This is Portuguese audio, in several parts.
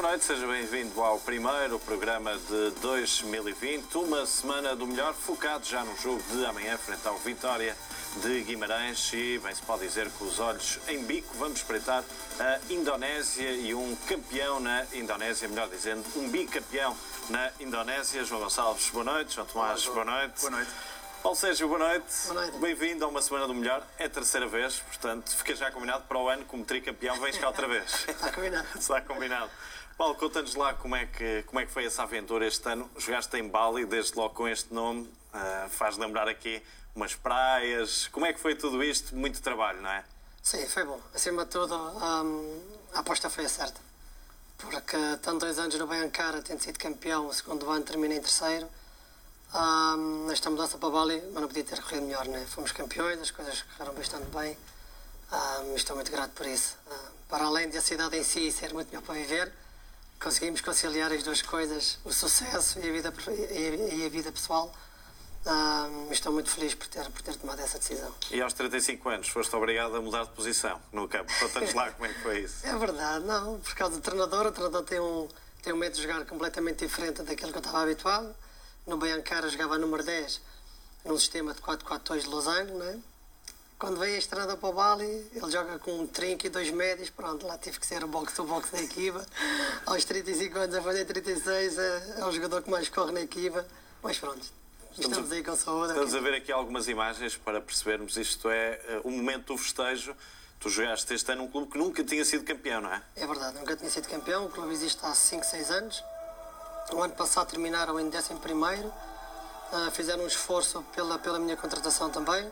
noite, seja bem-vindo ao primeiro programa de 2020, uma semana do melhor, focado já no jogo de amanhã frente ao Vitória de Guimarães e, bem se pode dizer, com os olhos em bico, vamos espreitar a Indonésia e um campeão na Indonésia, melhor dizendo, um bicampeão na Indonésia. João Gonçalves, boa noite. João Tomás, boa noite. Boa noite. Paulo Sérgio, boa noite. Boa noite. Bem-vindo a uma semana do melhor. É a terceira vez, portanto, fica já combinado para o ano como tricampeão, vens cá outra vez. Está combinado. Está combinado. Paulo, conta-nos lá como é que foi essa aventura este ano. Jogaste em Bali, desde logo com este nome, faz lembrar aqui umas praias. Como é que foi tudo isto? Muito trabalho, não é? Sim, foi bom. Acima de tudo, a aposta foi a certa. Porque tanto 2 anos no Bayancara, tendo sido campeão, o segundo ano termina em terceiro. Nesta mudança para Bali, mas não podia ter corrido melhor, né? Fomos campeões, as coisas correram bastante bem. Estou muito grato por isso. Para além de a cidade em si ser muito melhor para viver, conseguimos conciliar as duas coisas, o sucesso e a vida pessoal. Estou muito feliz por ter tomado essa decisão. E aos 35 anos foste obrigado a mudar de posição no campo. Conta-nos lá como é que foi isso. É verdade, não. Por causa do treinador, o treinador tem um método de jogar completamente diferente daquilo que eu estava habituado. No Bayancara jogava a número 10, num sistema de 4-4-2 de losango, não é? Quando veio este treinador para o Bali, ele joga com um trinco e 2 médios, pronto, lá tive que ser o box-to-box da equipa. Aos 35 anos, a fazer 36, é o jogador que mais corre na equipa, mas pronto, estamos aí com saúde. Estamos a ver aqui algumas imagens para percebermos, isto é o momento do festejo. Tu jogaste este ano num clube que nunca tinha sido campeão, não é? É verdade, nunca tinha sido campeão, o clube existe há 5, 6 anos. O ano passado terminaram em 11º, fizeram um esforço pela minha contratação também.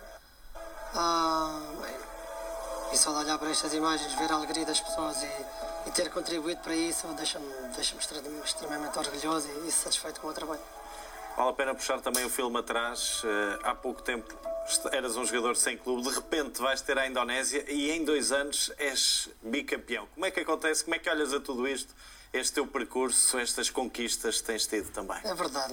E só de olhar para estas imagens, ver a alegria das pessoas e ter contribuído para isso, deixa-me extremamente orgulhoso e satisfeito com o trabalho. Vale a pena puxar também o filme atrás. Há pouco tempo eras um jogador sem clube, de repente vais ter a Indonésia e em 2 anos és bicampeão. Como é que acontece? Como é que olhas a tudo isto? Este teu percurso, estas conquistas que tens tido também? É verdade.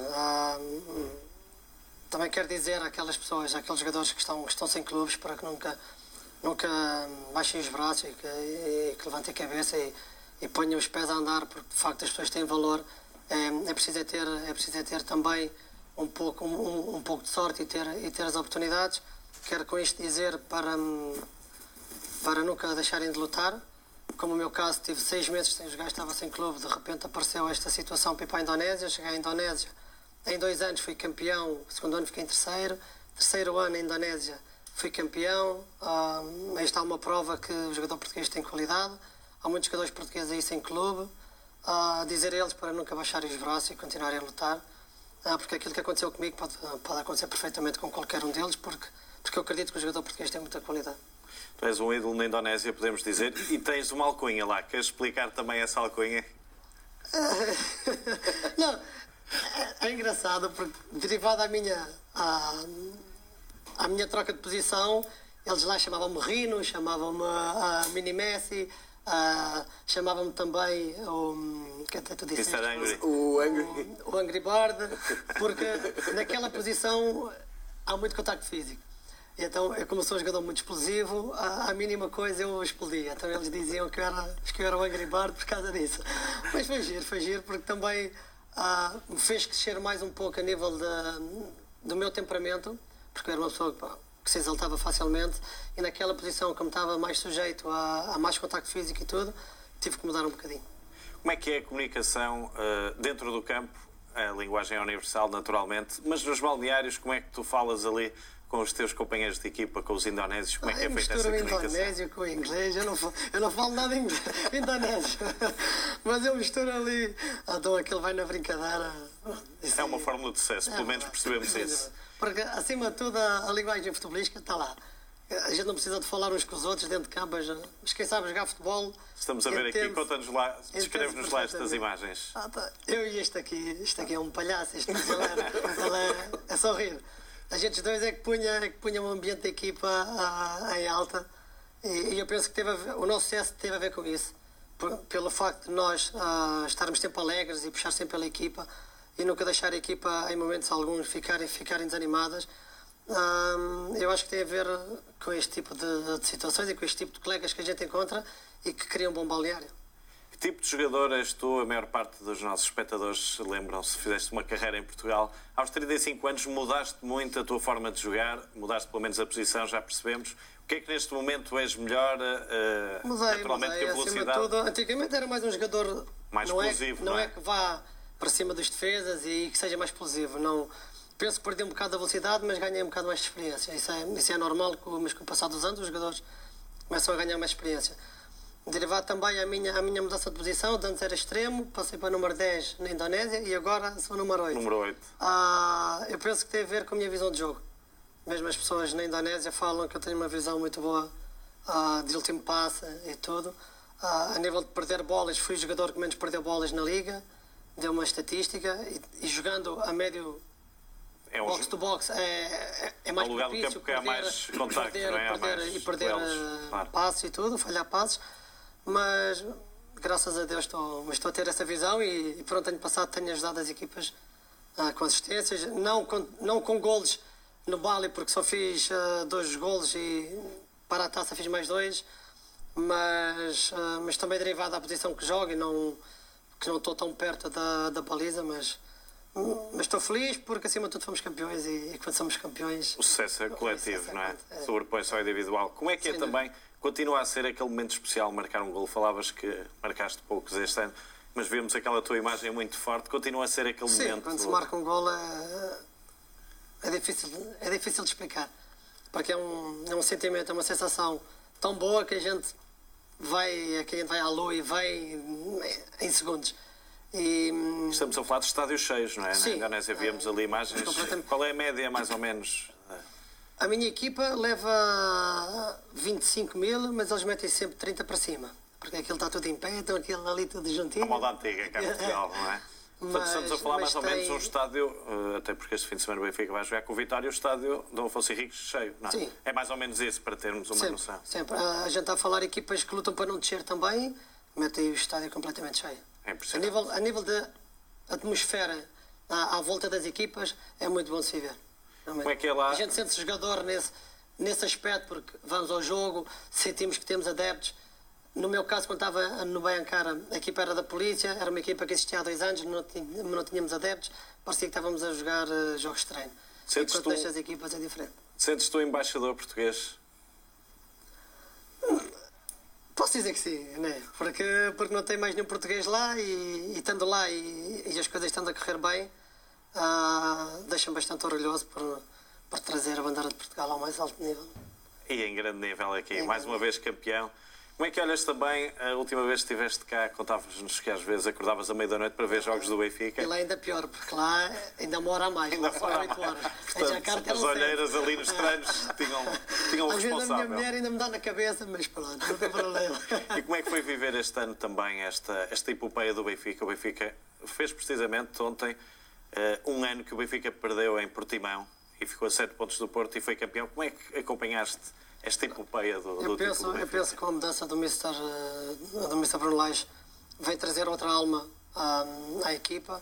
Também quero dizer àquelas pessoas, àqueles jogadores que estão sem clubes, para que nunca baixem os braços e que levantem a cabeça e ponham os pés a andar, porque de facto as pessoas têm valor. É preciso ter também um pouco de sorte e ter as oportunidades. Quero com isto dizer para nunca deixarem de lutar. Como no meu caso, tive 6 meses sem jogar, estava sem clube, de repente apareceu esta situação para ir para a Indonésia. Cheguei à Indonésia, em 2 anos fui campeão, segundo ano fiquei em terceiro ano na Indonésia fui campeão. Aí está uma prova que o jogador português tem qualidade. Há muitos jogadores portugueses aí sem clube. Dizer a eles para nunca baixarem os braços e continuarem a lutar, porque aquilo que aconteceu comigo pode acontecer perfeitamente com qualquer um deles, porque eu acredito que o jogador português tem muita qualidade. Tu és um ídolo na Indonésia, podemos dizer, e tens uma alcunha lá. Queres explicar também essa alcunha? Não, é engraçado, porque derivado à minha troca de posição, eles lá chamavam-me Rino, chamavam-me Mini Messi, chamavam-me também o que tu disseste? O Angry Bird, porque naquela posição há muito contacto físico. Então, eu como sou um jogador muito explosivo, a mínima coisa eu explodia. Então eles diziam que eu era o Angry Bird por causa disso. Mas foi giro, porque também me fez crescer mais um pouco a nível do meu temperamento, porque eu era uma pessoa que se exaltava facilmente, e naquela posição, como estava mais sujeito a mais contacto físico e tudo, tive que mudar um bocadinho. Como é que é a comunicação dentro do campo? A linguagem é universal, naturalmente, mas nos balneários, como é que tu falas ali com os teus companheiros de equipa, com os indonésios? Como é que é feita essa comunicação? Eu misturo o indonésio com o inglês, eu não falo nada em indonésio, mas eu misturo ali, então aquele vai na brincadeira. É uma fórmula de sucesso, pelo menos percebemos isso. Porque, acima de tudo, a linguagem futebolística está lá. A gente não precisa de falar uns com os outros dentro de campo, mas quem sabe jogar futebol... Estamos a ver aqui, conta-nos lá, descreve-nos lá estas imagens. Eu e este aqui é um palhaço, este brasileiro, ele é só rir. A gente dois é que punha o ambiente da equipa em alta, e eu penso que o nosso sucesso teve a ver com isso, pelo facto de nós estarmos sempre alegres e puxar sempre pela equipa, e nunca deixar a equipa, em momentos alguns, ficarem desanimadas. Eu acho que tem a ver com este tipo de situações e com este tipo de colegas que a gente encontra e que criam um bom balneário. Que tipo de jogador és tu? A maior parte dos nossos espectadores lembram-se, fizeste uma carreira em Portugal. Aos 35 anos mudaste muito a tua forma de jogar, mudaste pelo menos a posição, já percebemos. O que é que neste momento és melhor? Naturalmente que a velocidade... Acima de tudo, antigamente era mais um jogador... Mais explosivo, não é que vá para cima dos defesas e que seja mais explosivo. Não, penso que perdi um bocado da velocidade, mas ganhei um bocado mais de experiência. Isso é normal, mas com o passar dos anos os jogadores começam a ganhar mais experiência. Derivado também a minha mudança de posição, de antes era extremo, passei para número 10 na Indonésia e agora sou número 8. Número 8. Eu penso que tem a ver com a minha visão de jogo. Mesmo as pessoas na Indonésia falam que eu tenho uma visão muito boa de último passe e tudo. A nível de perder bolas, fui o jogador que menos perdeu bolas na liga, deu uma estatística e jogando a médio box to box é mais lugar do campo que há mais contacto, não é? Perder passos e tudo, falhar passos. Mas graças a Deus estou a ter essa visão e pronto, tenho ajudado as equipas com assistências, não com golos no Bali, porque só fiz 2 golos e para a taça fiz mais 2, mas também derivado da posição que jogo e que não estou tão perto da baliza, mas estou feliz porque acima de tudo fomos campeões e quando somos campeões... O sucesso é coletivo, não é? Sobrepõe-se ao individual. Como é que é também... Continua a ser aquele momento especial, marcar um gol. Falavas que marcaste poucos este ano, mas vemos aquela tua imagem muito forte. Continua a ser aquele momento... Sim, quando se marca um gol é difícil de explicar. Porque é um sentimento, é uma sensação tão boa que a gente vai à lua e vai em segundos. Estamos a falar de estádios cheios, não é? Sim, na Indonésia víamos ali imagens. Qual é a média, mais ou menos? A minha equipa leva 25 mil, mas eles metem sempre 30 para cima. Porque aquilo está tudo em pé, então aquilo ali tudo juntinho. A moda antiga, cá em Portugal, não é? Portanto, estamos a falar mais ou menos um estádio, até porque este fim de semana o Benfica vai jogar com o Vitória, o estádio Dom Afonso Henriques cheio, não é? Sim. É mais ou menos isso, para termos uma noção. Sempre. A gente está a falar equipas que lutam para não descer também, metem o estádio completamente cheio. É impressionante. A nível de atmosfera à volta das equipas, é muito bom de se ver. Como é que é lá? A gente sente-se jogador nesse aspecto, porque vamos ao jogo, sentimos que temos adeptos. No meu caso, quando estava no Baiancara, a equipa era da polícia, era uma equipa que existia há 2 anos, não tínhamos adeptos, parecia que estávamos a jogar jogos de treino. Enquanto destas equipas é diferente. Sentes-te o embaixador português? Posso dizer que sim, né? Porque não tem mais nenhum português lá e estando lá e as coisas estando a correr bem, deixa-me bastante orgulhoso por trazer a bandeira de Portugal ao mais alto nível. E em grande nível aqui, mais uma vez campeão. Como é que olhas também, a última vez que estiveste cá, contavas-nos que às vezes acordavas à meia-da-noite para ver jogos do Benfica? E lá ainda pior, porque lá ainda mora mais, ainda mora 8 horas. Portanto, as olheiras ali nos treinos tinham às responsável. vezes a minha mulher ainda me dá na cabeça, mas pronto, não tem problema. E como é que foi viver este ano também, esta epopeia do Benfica? O Benfica fez precisamente ontem 1 ano que o Benfica perdeu em Portimão e ficou a 7 pontos do Porto e foi campeão. Como é que acompanhaste esta epopeia do título do Benfica? Eu penso que a mudança do Mr. Bruno Lage vem trazer outra alma à equipa.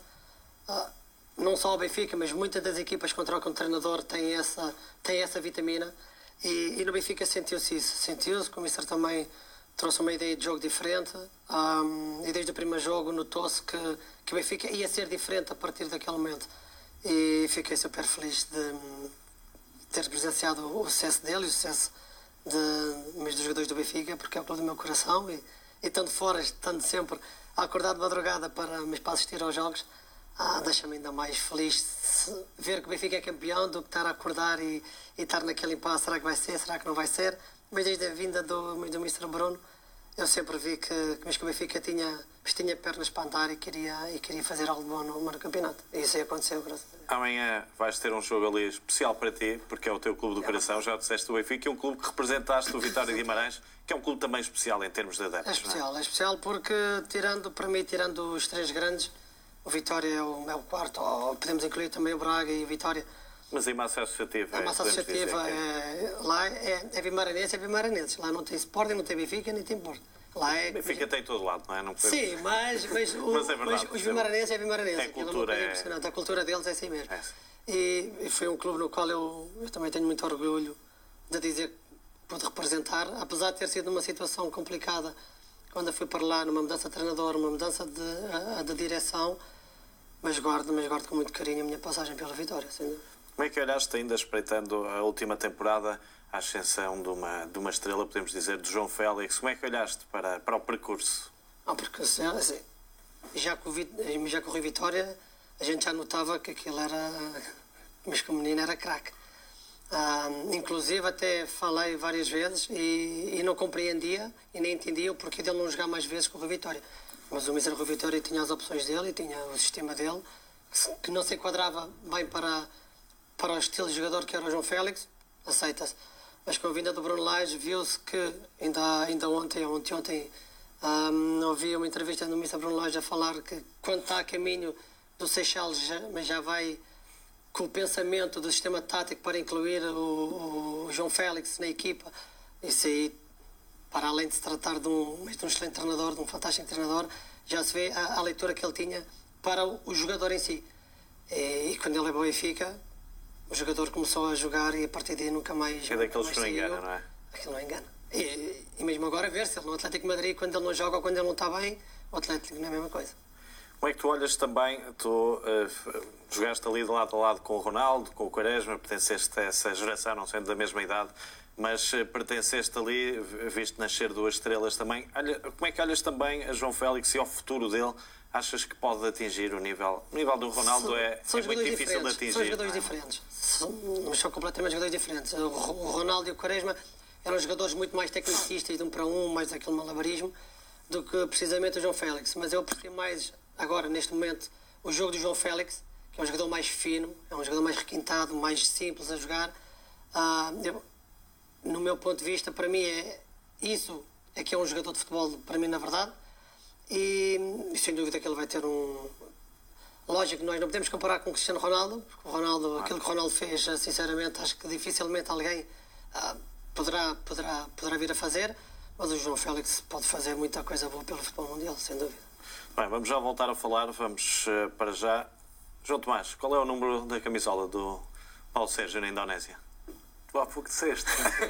Não só ao Benfica, mas muitas das equipas que trocam de treinador têm essa vitamina. E no Benfica sentiu-se isso. Sentiu-se que o Mr. também trouxe uma ideia de jogo diferente. E desde o primeiro jogo notou-se que o Benfica ia ser diferente a partir daquele momento. E fiquei super feliz de ter presenciado o sucesso dele e o sucesso dos jogadores do Benfica, porque é o clube do meu coração e estando fora, estando sempre a acordar de madrugada para assistir aos jogos, deixa-me ainda mais feliz ver que o Benfica é campeão do que estar a acordar e estar naquele impasse, será que vai ser, será que não vai ser, mas desde a vinda do Mr. Bruno eu sempre vi que o Benfica tinha pernas para andar e queria fazer algo bom no campeonato. E isso aí aconteceu, graças a Deus. Amanhã vais ter um jogo ali especial para ti, porque é o teu clube do coração, já disseste o Benfica, é um clube que representaste, o Vitória de Guimarães, que é um clube também especial em termos de adeptos. É especial porque, tirando os 3 grandes, o Vitória é o quarto, ou podemos incluir também o Braga e o Vitória. Mas em massa associativa... A massa associativa lá é Vimaranenses. Lá não tem Sporting, não tem Benfica, nem tem Porto. Lá é... Benfica tem em todo lado, não é? Não podemos... Sim, mas é verdade, os Vimaranenses é Vimaranenses. A cultura é impressionante. A cultura deles é assim mesmo. É assim. E foi um clube no qual eu também tenho muito orgulho de dizer que pude representar. Apesar de ter sido uma situação complicada quando fui para lá, numa mudança de treinador, uma mudança de direção, mas guardo com muito carinho a minha passagem pela Vitória, sem dúvida. Como é que olhaste, ainda espreitando a última temporada, a ascensão de uma estrela, podemos dizer, de João Félix? Como é que olhaste para o percurso? Porque assim, já com o Rui Vitória, a gente já notava que aquilo era... Mas que o menino era craque. Inclusive até falei várias vezes e não compreendia e nem entendia o porquê dele não jogar mais vezes com o Rui Vitória. Mas o Mister Rui Vitória tinha as opções dele e tinha o sistema dele, que não se enquadrava bem para o estilo de jogador que era o João Félix, aceita-se. Mas com a vinda do Bruno Lage viu-se que ainda ontem ouvi uma entrevista do Mister Bruno Lage a falar que quando está a caminho do Seychelles já vai com o pensamento do sistema tático para incluir o João Félix na equipa. Isso aí, para além de se tratar de um excelente treinador, de um fantástico treinador, já se vê a leitura que ele tinha para o jogador em si. E quando ele é bom e fica, o jogador começou a jogar e a partir daí nunca mais... É daqueles que não engana, não é? Aquilo não engana. E mesmo agora ver-se, ele no Atlético de Madrid, quando ele não joga ou quando ele não está bem, o Atlético não é a mesma coisa. Como é que tu olhas também, tu jogaste ali de lado a lado com o Ronaldo, com o Quaresma, pertenceste a essa geração, não sendo da mesma idade, mas pertenceste ali, viste nascer duas estrelas também. Como é que olhas também a João Félix e ao futuro dele? Achas que pode atingir o nível do Ronaldo? É muito difícil de atingir. São jogadores diferentes, mas são completamente jogadores diferentes. O Ronaldo e o Quaresma eram jogadores muito mais tecnicistas, de um para um, mais aquele malabarismo, do que precisamente o João Félix. Mas eu aprecio mais, agora, neste momento, o jogo do João Félix, que é um jogador mais fino, é um jogador mais requintado, mais simples a jogar. No meu ponto de vista, para mim, isso é que é um jogador de futebol, para mim, na verdade. E sem dúvida que ele vai ter um... Lógico que nós não podemos comparar com o Cristiano Ronaldo, porque o Ronaldo, aquilo que o Ronaldo fez, sinceramente, acho que dificilmente alguém poderá vir a fazer, mas o João Félix pode fazer muita coisa boa pelo futebol mundial, sem dúvida. Bem, vamos já voltar a falar, vamos para já. João Tomás, qual é o número da camisola do Paulo Sérgio na Indonésia? Tu há pouco disseste.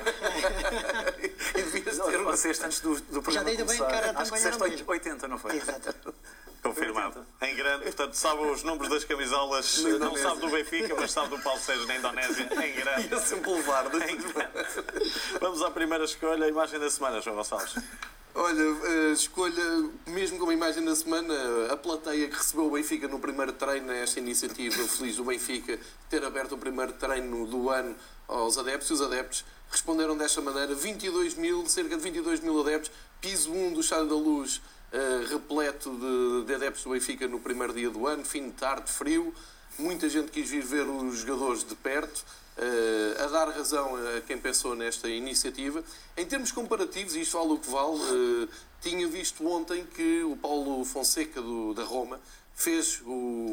E devias ter disseste antes do programa já dei começar. Bem, cara, acho que disseste 80, não foi? Exato. Confirmado. Em grande, portanto, sabe os números das camisolas, não sabe do Benfica, mas sabe do Paulo Sérgio na Indonésia. Em grande. Ia sempre levar. Em grande. Vamos à primeira escolha, a imagem da semana, João Gonçalves. Olha, escolha, mesmo como a imagem da semana, a plateia que recebeu o Benfica no primeiro treino, esta iniciativa feliz do Benfica, ter aberto o primeiro treino do ano aos adeptos, e os adeptos responderam desta maneira, cerca de 22 mil adeptos, piso 1 do Estádio da Luz, repleto de adeptos do Benfica no primeiro dia do ano, fim de tarde, frio, muita gente quis vir ver os jogadores de perto, a dar razão a quem pensou nesta iniciativa. Em termos comparativos, e isto vale o que vale, tinha visto ontem que o Paulo Fonseca da Roma fez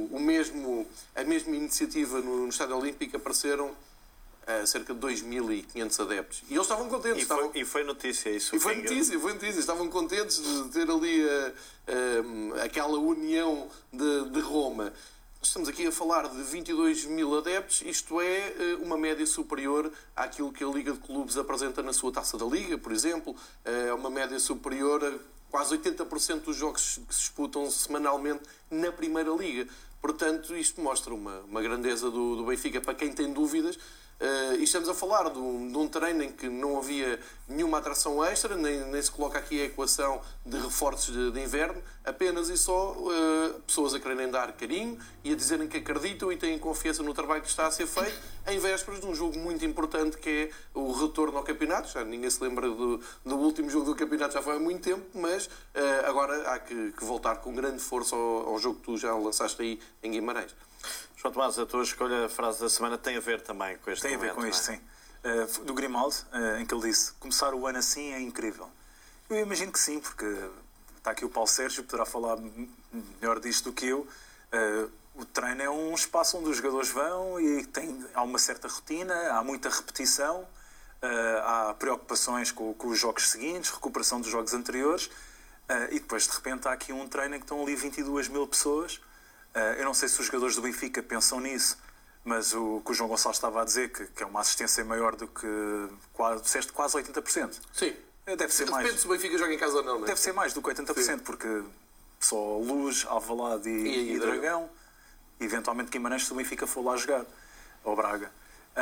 a mesma iniciativa no Estádio Olímpico, apareceram cerca de 2.500 adeptos. E eles estavam contentes. E foi notícia isso. E foi notícia. Estavam contentes de ter ali aquela união de Roma. Estamos aqui a falar de 22 mil adeptos, isto é uma média superior àquilo que a Liga de Clubes apresenta na sua Taça da Liga, por exemplo. É uma média superior a quase 80% dos jogos que se disputam semanalmente na Primeira Liga. Portanto, isto mostra uma grandeza do Benfica para quem tem dúvidas. E estamos a falar de um treino em que não havia nenhuma atração extra, nem se coloca aqui a equação de reforços de inverno, apenas e só pessoas a quererem dar carinho e a dizerem que acreditam e têm confiança no trabalho que está a ser feito, em vésperas de um jogo muito importante que é o retorno ao campeonato. Já ninguém se lembra do último jogo do campeonato, já foi há muito tempo, mas agora há que voltar com grande força ao jogo que tu já lançaste aí em Guimarães. João Tomás, a tua escolha, a frase da semana, tem a ver também com este momento. Tem a ver com isto, sim. Do Grimaldo, em que ele disse: começar o ano assim é incrível. Eu imagino que sim, porque está aqui o Paulo Sérgio, poderá falar melhor disto do que eu. O treino é um espaço onde os jogadores vão e há uma certa rotina, há muita repetição, há preocupações com os jogos seguintes, recuperação dos jogos anteriores, e depois, de repente, há aqui um treino em que estão ali 22 mil pessoas. Eu não sei se os jogadores do Benfica pensam nisso, mas o que o João Gonçalves estava a dizer, que é uma assistência maior do que disseste quase 80%. Sim. Deve ser mais. Depende se o Benfica joga em casa ou não, não é? Deve ser mais do que 80%, sim, porque só Luz, Alvalade e Dragão, e eventualmente Guimarães, se o Benfica for lá jogar, ou Braga.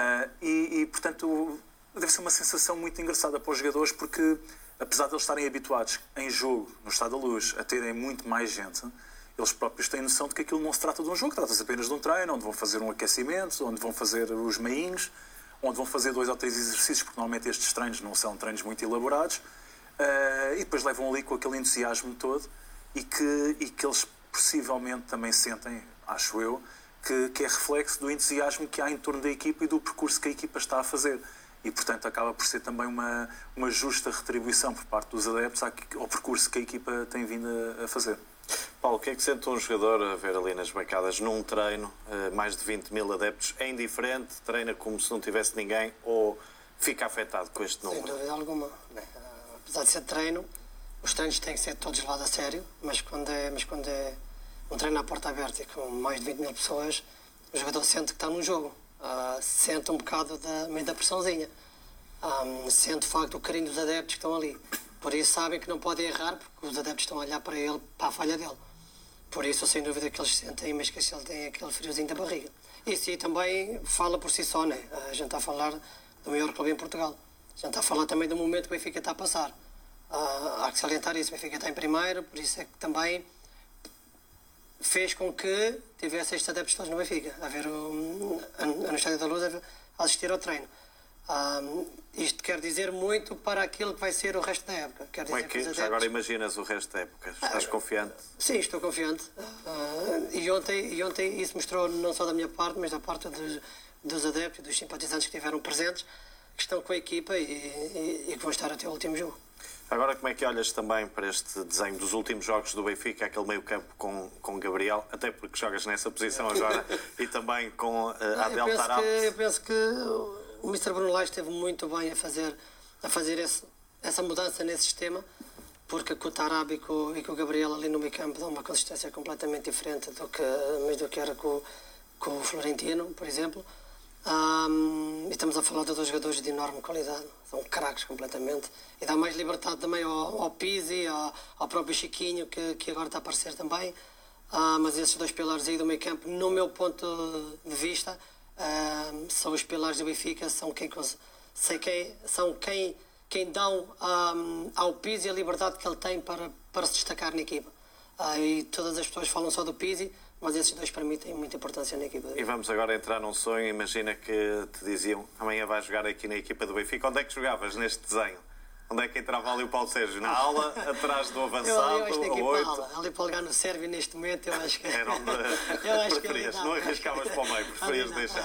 Portanto, deve ser uma sensação muito engraçada para os jogadores, porque apesar de eles estarem habituados em jogo, no Estádio da Luz, a terem muito mais gente, eles próprios têm noção de que aquilo não se trata de um jogo, trata-se apenas de um treino, onde vão fazer um aquecimento, onde vão fazer os meinhos, onde vão fazer 2 ou 3 exercícios, porque normalmente estes treinos não são treinos muito elaborados, e depois levam ali com aquele entusiasmo todo, e que eles possivelmente também sentem, acho eu, que é reflexo do entusiasmo que há em torno da equipa e do percurso que a equipa está a fazer. E, portanto, acaba por ser também uma justa retribuição por parte dos adeptos ao percurso que a equipa tem vindo a fazer. Paulo, o que é que sente um jogador a ver ali nas bancadas num treino, mais de 20 mil adeptos, é indiferente, treina como se não tivesse ninguém ou fica afetado com este número? Sem dúvida alguma. Apesar de ser treino, os treinos têm que ser todos levados a sério, mas quando é um treino à porta aberta e com mais de 20 mil pessoas, o jogador sente que está num jogo. Sente um bocado meio da pressãozinha. Sente de facto o carinho dos adeptos que estão ali. Por isso sabem que não podem errar, porque os adeptos estão a olhar para ele, para a falha dele. Por isso, sem dúvida que eles sentem, mas que ele tem aquele friozinho da barriga. Isso aí também fala por si só, né? A gente está a falar do maior clube em Portugal. A gente está a falar também do momento que o Benfica está a passar. Há que salientar isso, o Benfica está em primeiro, por isso é que também fez com que tivesse estes adeptos todos no Benfica, a ver no Estádio da Luz, a assistir ao treino. Isto quer dizer muito para aquilo que vai ser o resto da época. Quer Como é que já agora imaginas o resto da época? Estás confiante? Sim, estou confiante. E ontem isso mostrou não só da minha parte, mas da parte dos adeptos e dos simpatizantes que estiveram presentes, que estão com a equipa e que vão estar até o último jogo. Agora, como é que olhas também para este desenho dos últimos jogos do Benfica, aquele meio-campo com Gabriel, até porque jogas nessa posição agora, e também com Abel Tarap? Eu penso que o Mr. Bruno Lage esteve muito bem a fazer essa mudança nesse sistema, porque com o Tarap e com o Gabriel ali no meio-campo dão uma consistência completamente diferente do que era com o Florentino, por exemplo. E estamos a falar de 2 jogadores de enorme qualidade, são craques completamente, e dá mais liberdade também ao Pizzi, ao próprio Chiquinho, que agora está a aparecer também. Mas esses 2 pilares aí do meio campo, no meu ponto de vista, são os pilares do Benfica, são quem dão ao Pizzi a liberdade que ele tem para se destacar na equipa. E todas as pessoas falam só do Pizzi, mas esses 2 para mim têm muita importância na equipa. E vamos agora entrar num sonho. Imagina que te diziam, amanhã vais jogar aqui na equipa do Benfica. Onde é que jogavas neste desenho? Onde é que entrava ali o Paulo Sérgio? Na aula, atrás do avançado, eu acho que aqui ou 8? ali para jogar no Sérvio neste momento, eu acho que... Era onde preferias, não arriscavas para o meio, preferias deixar.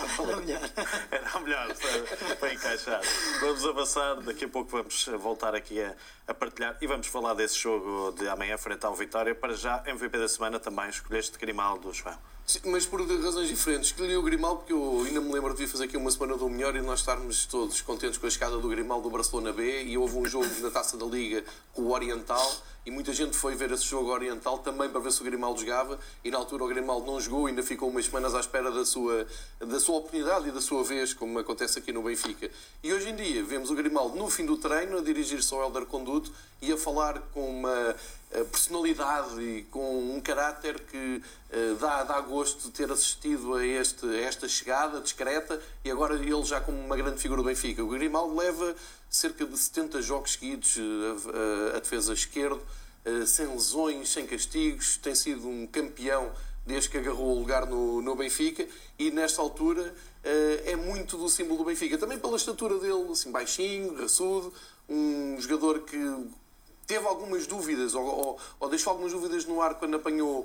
Era melhor para encaixar. Vamos avançar, daqui a pouco vamos voltar aqui a partilhar e vamos falar desse jogo de amanhã frente ao Vitória. Para já, MVP da semana também escolheste Grimaldo, João. Sim, mas por razões diferentes. Escolhi o Grimaldo porque eu ainda me lembro de vir fazer aqui uma semana do melhor e nós estarmos todos contentes com a chegada do Grimaldo do Barcelona B, e houve um jogo na Taça da Liga com o Oriental e muita gente foi ver esse jogo Oriental também para ver se o Grimaldo jogava, e na altura o Grimaldo não jogou, ainda ficou umas semanas à espera da sua oportunidade e da sua vez, como acontece aqui no Benfica. E hoje em dia vemos o Grimaldo no fim do treino a dirigir-se ao Hélder Conduto e a falar com uma personalidade e com um caráter que dá gosto de ter assistido a esta chegada discreta, e agora ele já como uma grande figura do Benfica. O Grimaldo leva cerca de 70 jogos seguidos a defesa esquerdo, sem lesões, sem castigos, tem sido um campeão desde que agarrou o lugar no Benfica, e nesta altura é muito do símbolo do Benfica, também pela estatura dele, assim baixinho, raçudo, um jogador que teve algumas dúvidas, ou deixou algumas dúvidas no ar quando apanhou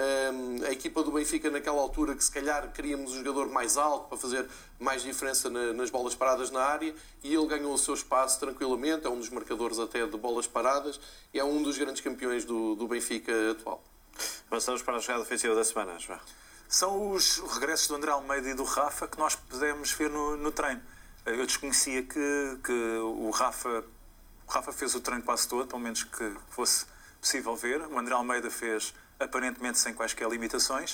a equipa do Benfica naquela altura, que se calhar queríamos um jogador mais alto para fazer mais diferença nas bolas paradas na área, e ele ganhou o seu espaço tranquilamente, é um dos marcadores até de bolas paradas, e é um dos grandes campeões do Benfica atual. Avançamos para a jogada ofensiva da semana, João. São os regressos do André Almeida e do Rafa que nós pudemos ver no treino. Eu desconhecia que o Rafa fez o treino quase todo, pelo menos que fosse possível ver. O André Almeida fez aparentemente sem quaisquer limitações,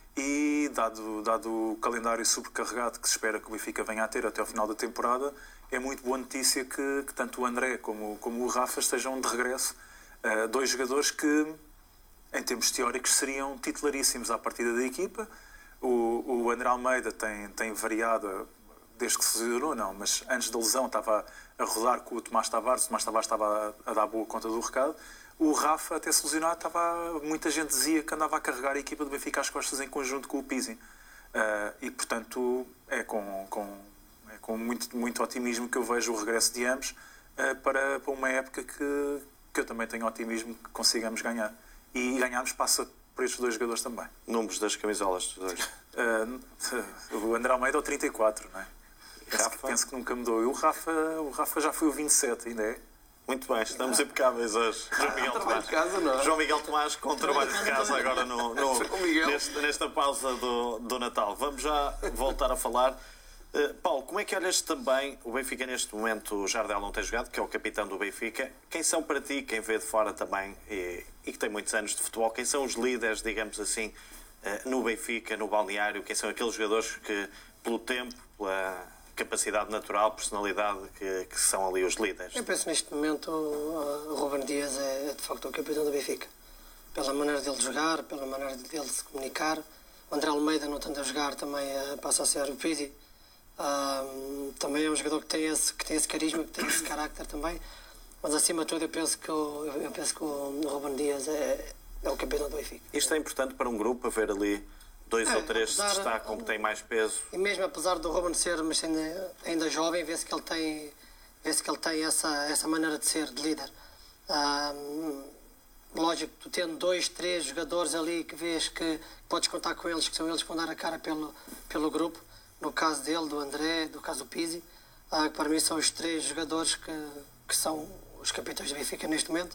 e dado o calendário sobrecarregado que se espera que o Benfica venha a ter até ao final da temporada, é muito boa notícia que tanto o André como o Rafa estejam de regresso. Dois jogadores que, em termos teóricos, seriam titularíssimos à partida da equipa. O André Almeida tem variado desde que se lesionou, não, mas antes da lesão estava a rodar com o Tomás Tavares. O Tomás Tavares estava a dar boa conta do recado. O Rafa, até se lesionar, muita gente dizia que andava a carregar a equipa do Benfica às costas em conjunto com o Pizzi. E, portanto, é com muito otimismo que eu vejo o regresso de ambos para uma época que eu também tenho otimismo que consigamos ganhar. E ganharmos passa por estes dois jogadores também. Números das camisolas dos dois. O André Almeida é o 34, não é? Penso que nunca mudou. E o Rafa já foi o 27, ainda é? Muito bem, estamos impecáveis hoje. João Miguel Tomás. De casa, não é? João Miguel Tomás com trabalho de casa agora nesta pausa do Natal. Vamos já voltar a falar. Paulo, como é que olhas também o Benfica neste momento? O Jardel não tem jogado, que é o capitão do Benfica. Quem são para ti, quem vê de fora também e que tem muitos anos de futebol, quem são os líderes, digamos assim, no Benfica, no balneário? Quem são aqueles jogadores que, pelo tempo, pela capacidade natural, personalidade, que são ali os líderes? Eu penso neste momento o Ruben Dias é de facto o capitão do Benfica. Pela maneira dele jogar, pela maneira dele se comunicar. O André Almeida, não tanto a jogar, também passa a ser o Pizzi. Também é um jogador que tem esse carisma, que tem esse carácter também. Mas acima de tudo eu penso que o Ruben Dias é o capitão do Benfica. Isto é importante para um grupo, haver ali dois ou três que se destacam, que têm mais peso. E mesmo apesar do Ruben ser ainda jovem, vê-se que ele tem essa maneira de ser, de líder. Lógico, tu tendo 2, 3 jogadores ali que vês que podes contar com eles, que são eles que vão dar a cara pelo grupo. No caso dele, do André, no caso do Pizzi, que para mim são os 3 jogadores que são os capitães do Benfica neste momento.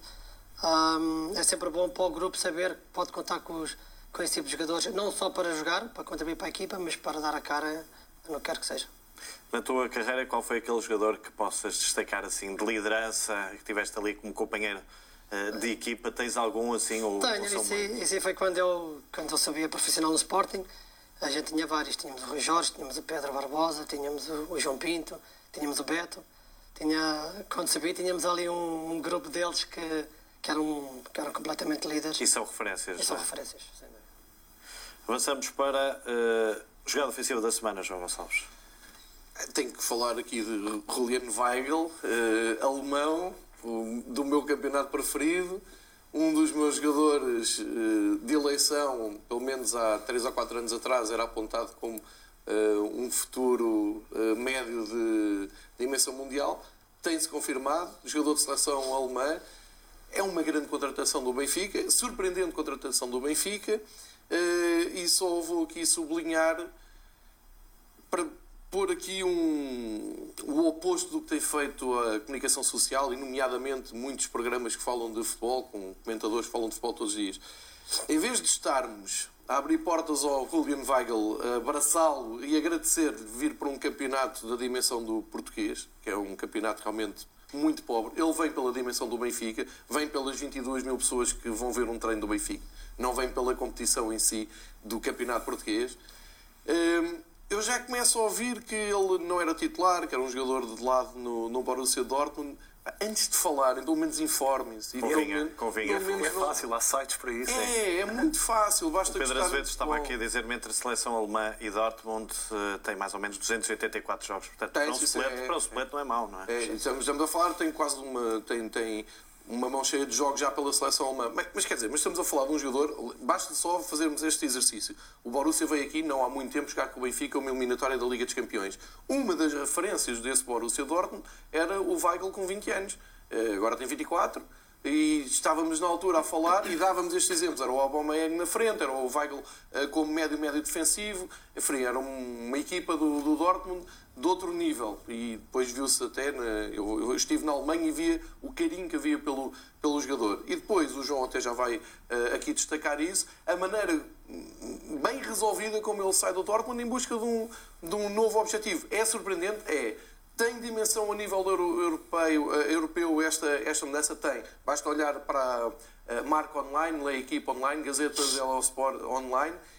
É sempre bom para o grupo saber que pode contar com esse tipo de jogadores, não só para jogar, para contribuir para a equipa, mas para dar a cara no que quer que seja. Na tua carreira, qual foi aquele jogador que possas destacar assim de liderança, que tiveste ali como companheiro de equipa? Tens algum assim? Tenho, isso foi quando eu sabia profissional no Sporting. A gente tinha vários, tínhamos o Rui Jorge, tínhamos o Pedro Barbosa, tínhamos o João Pinto, tínhamos o Beto. Quando sabia, tínhamos ali um grupo deles que eram completamente líderes. E são referências. E são referências, sem dúvida. Avançamos para a jogada ofensiva da semana, João Gonçalves. Tenho que falar aqui de Julian Weigl, alemão, do meu campeonato preferido. Um dos meus jogadores de eleição, pelo menos há 3 ou 4 anos atrás, era apontado como um futuro médio de dimensão mundial. Tem-se confirmado, jogador de seleção alemã. É uma grande contratação do Benfica, surpreendente contratação do Benfica, e só vou aqui sublinhar para pôr aqui o oposto do que tem feito a comunicação social, e nomeadamente muitos programas que falam de futebol, com comentadores que falam de futebol todos os dias. Em vez de estarmos a abrir portas ao Julian Weigl, abraçá-lo e agradecer-lhe vir para um campeonato da dimensão do português, que é um campeonato realmente muito pobre, ele vem pela dimensão do Benfica, vem pelas 22 mil pessoas que vão ver um treino do Benfica, não vem pela competição em si do campeonato português. Eu já começo a ouvir que ele não era titular, que era um jogador de lado no Borussia Dortmund. Antes de falarem, pelo menos informem-se. Convinha. É fácil, há sites para isso. É muito fácil. Basta o Pedro Azevedo estava aqui a dizer-me, entre a seleção alemã e Dortmund tem mais ou menos 284 jogos. Portanto, para o suplente não é mau, não é? Estamos a falar, tem quase uma mão cheia de jogos já pela seleção alemã. Mas quer dizer, estamos a falar de um jogador, basta só fazermos este exercício. O Borussia veio aqui, não há muito tempo, jogar com o Benfica uma eliminatória da Liga dos Campeões. Uma das referências desse Borussia Dortmund era o Weigl com 20 anos. Agora tem 24. E estávamos na altura a falar e dávamos estes exemplos. Era o Aubameyang na frente, era o Weigl como médio defensivo. Enfim, era uma equipa do Dortmund de outro nível. E depois viu-se até... Eu estive na Alemanha e via o carinho que havia pelo jogador. E depois, o João até já vai aqui destacar isso, a maneira bem resolvida como ele sai do Dortmund em busca de um novo objetivo. É surpreendente? É. Tem dimensão a nível europeu esta mudança? Tem. Basta olhar para Marca Online, La Equipe Online, Gazeta dello Sport Online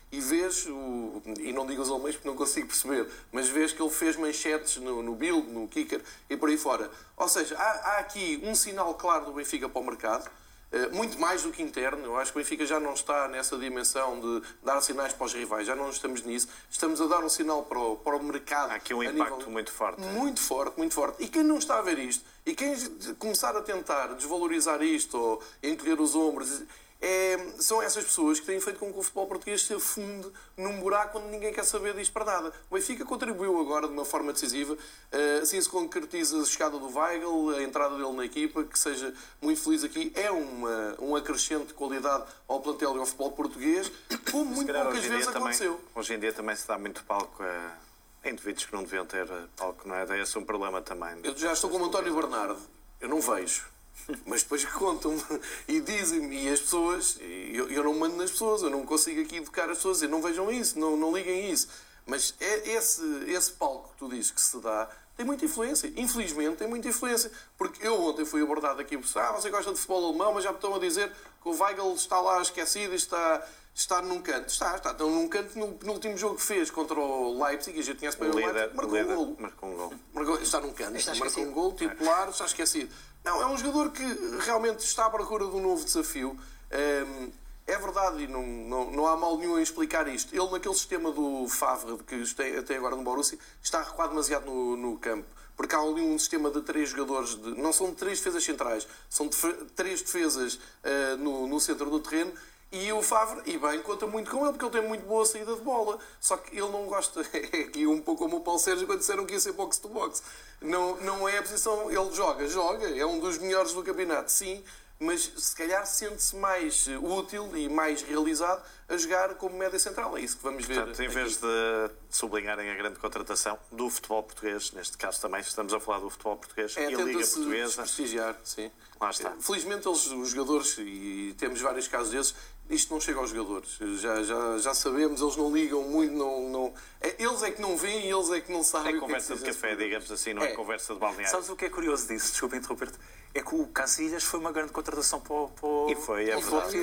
e vês, e não digo os alemães porque não consigo perceber, mas vês que ele fez manchetes no Bild, no Kicker e por aí fora. Ou seja, há aqui um sinal claro do Benfica para o mercado, muito mais do que interno. Eu acho que o Benfica já não está nessa dimensão de dar sinais para os rivais, já não estamos nisso. Estamos a dar um sinal para o mercado. Há aqui um impacto muito forte. Muito forte, muito forte. E quem não está a ver isto, e quem começar a tentar desvalorizar isto ou encolher os ombros, são essas pessoas que têm feito com que o futebol português se afunde num buraco onde ninguém quer saber disto para nada. O Benfica contribuiu agora de uma forma decisiva. Assim se concretiza a chegada do Weigl, a entrada dele na equipa, que seja muito feliz aqui. É um acrescente de qualidade ao plantel e ao futebol português, como muito poucas vezes aconteceu. Hoje em dia também se dá muito palco a indivíduos que não deviam ter palco, não é? É esse um problema também. Eu já estou como António Bernardo. Eu não vejo. Mas depois contam-me e dizem-me, e as pessoas, eu não mando nas pessoas, eu não consigo aqui educar as pessoas, e não vejam isso, não liguem isso. Mas esse palco que tu dizes que se dá tem muita influência. Infelizmente tem muita influência. Porque eu ontem fui abordado aqui por você gosta de futebol alemão, mas já me estão a dizer que o Weigl está lá esquecido e está num canto. Está num canto no último jogo que fez contra o Leipzig, e a gente conhece bem o Leipzig, marcou um gol. Está num canto, marcou um gol, titular, está esquecido. Não, é um jogador que realmente está à procura de um novo desafio. É verdade, e não há mal nenhum em explicar isto. Ele, naquele sistema do Favre, que tem agora no Borussia, está recuado demasiado no campo. Porque há ali um sistema de 3 jogadores, não são 3 defesas centrais, são 3 defesas no centro do terreno. E o Favre, e bem, conta muito com ele, porque ele tem muito boa saída de bola. Só que ele não gosta, é aqui um pouco como o Paulo Sérgio quando disseram que ia ser box-to-box. Não é a posição, ele joga, é um dos melhores do campeonato, sim, mas se calhar sente-se mais útil e mais realizado a jogar como média central. É isso que vamos ver. Portanto, em vez de sublinharem a grande contratação do futebol português, neste caso também estamos a falar do futebol português e a Liga Portuguesa. Prestigiar, sim. Lá está. Felizmente os jogadores, e temos vários casos desses, isto não chega aos jogadores. Já sabemos, eles não ligam muito, eles é que não veem e eles é que não sabem. É conversa de café, digamos assim, não é conversa de balneário. Sabes o que é curioso disso? Desculpa interromper-te. É que o Casillas foi uma grande contratação para o... E foi, é verdade.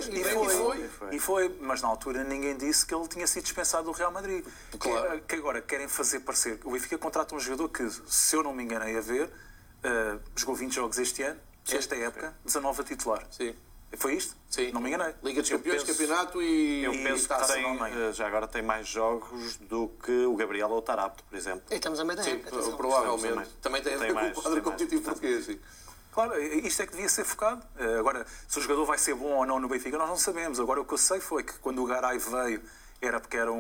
E foi, mas na altura ninguém disse que ele tinha sido dispensado do Real Madrid. Claro. Que agora querem fazer parecer... O Benfica contrata um jogador que, se eu não me enganei a ver, jogou 20 jogos este ano, esta época, 19 a titular. Sim. Foi isto? Sim. Não me enganei. Liga dos Campeões, campeonato e... Eu penso que já agora tem mais jogos do que o Gabriel ou o Tarapto, por exemplo. E estamos a meio da época. Provavelmente. Também tem a ver com o quadro competitivo português. Sim. Claro, isto é que devia ser focado. Agora, se o jogador vai ser bom ou não no Benfica, nós não sabemos. Agora, o que eu sei foi que quando o Garay veio, era porque era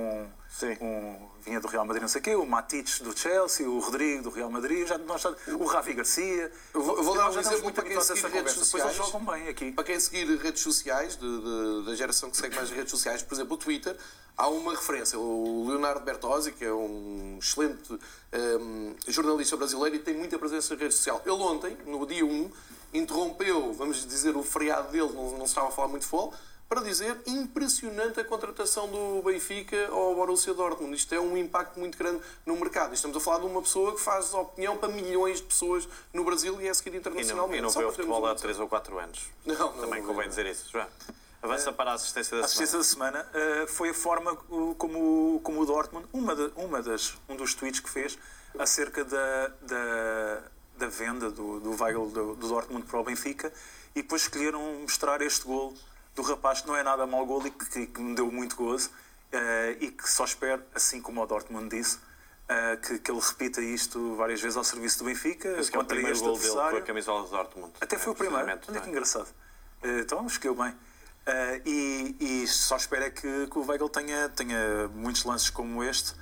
vinha do Real Madrid, não sei o quê, o Matites do Chelsea, o Rodrigo do Real Madrid, o Ravi Garcia. Eu vou dar um exemplo para quem seguir redes sociais. Depois eles jogam bem aqui. Para quem seguir redes sociais, da geração que segue mais redes sociais, por exemplo, o Twitter, há uma referência. O Leonardo Bertozzi, que é um excelente jornalista brasileiro e tem muita presença na rede social. Ele ontem, no dia 1, interrompeu, vamos dizer, o feriado dele, não se estava a falar muito de futebol, para dizer impressionante a contratação do Benfica ao Borussia Dortmund. Isto é um impacto muito grande no mercado. Estamos a falar de uma pessoa que faz opinião para milhões de pessoas no Brasil e é seguida internacionalmente. E não vê o futebol há 3 ou 4 anos. Também convém dizer isso. João, avança para a assistência da semana. A assistência da semana foi a forma como o Dortmund, um dos tweets que fez acerca da venda do Weigl do Dortmund para o Benfica, e depois escolheram mostrar este golo do rapaz, que não é nada mau golo e que me deu muito gozo, e que só espero, assim como o Dortmund disse, que ele repita isto várias vezes ao serviço do Benfica. Esse contra este gol dele com a camisola do Dortmund. Até foi o primeiro. Olha que engraçado. Então, escolheu bem. E só espero é que o Weigl tenha muitos lances como este.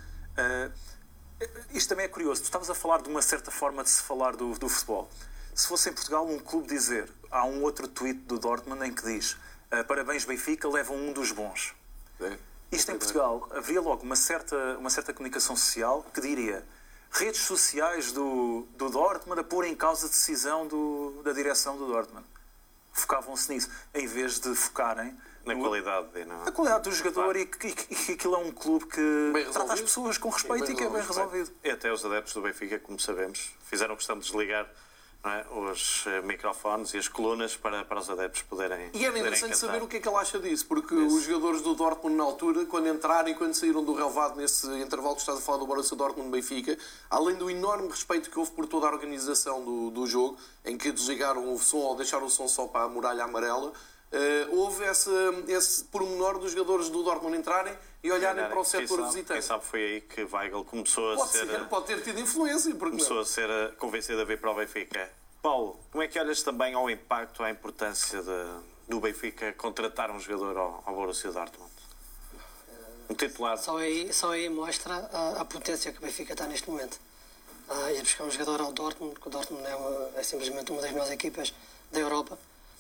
Isto também é curioso. Tu estavas a falar de uma certa forma de se falar do futebol. Se fosse em Portugal um clube dizer... Há um outro tweet do Dortmund em que diz: parabéns Benfica, levam um dos bons. Isto em Portugal, haveria logo uma certa comunicação social que diria: redes sociais do Dortmund a pôr em causa a decisão da direção do Dortmund. Focavam-se nisso, em vez de focarem na qualidade. Na qualidade do jogador, e que aquilo é um clube que trata as pessoas com respeito e que é bem resolvido. E até os adeptos do Benfica, como sabemos, fizeram questão de desligar não é, os microfones e as colunas para os adeptos poderem. E era interessante saber o que é que ele acha disso, porque os jogadores do Dortmund, na altura, quando entraram e quando saíram do relvado nesse intervalo que estás a falar do Borussia Dortmund-Benfica, além do enorme respeito que houve por toda a organização do jogo, em que desligaram o som ou deixaram o som só para a muralha amarela, houve esse pormenor dos jogadores do Dortmund entrarem e olharem para o setor visitante. Quem sabe foi aí que Weigl começou a ser... Pode ter tido influência. Começou a ser convencido a vir para o Benfica. Paulo, como é que olhas também ao impacto, à importância do Benfica contratar um jogador ao Borussia Dortmund? Um titular. Só aí mostra a potência que o Benfica está neste momento. Ir buscar um jogador ao Dortmund, que o Dortmund é simplesmente uma das melhores equipas da Europa.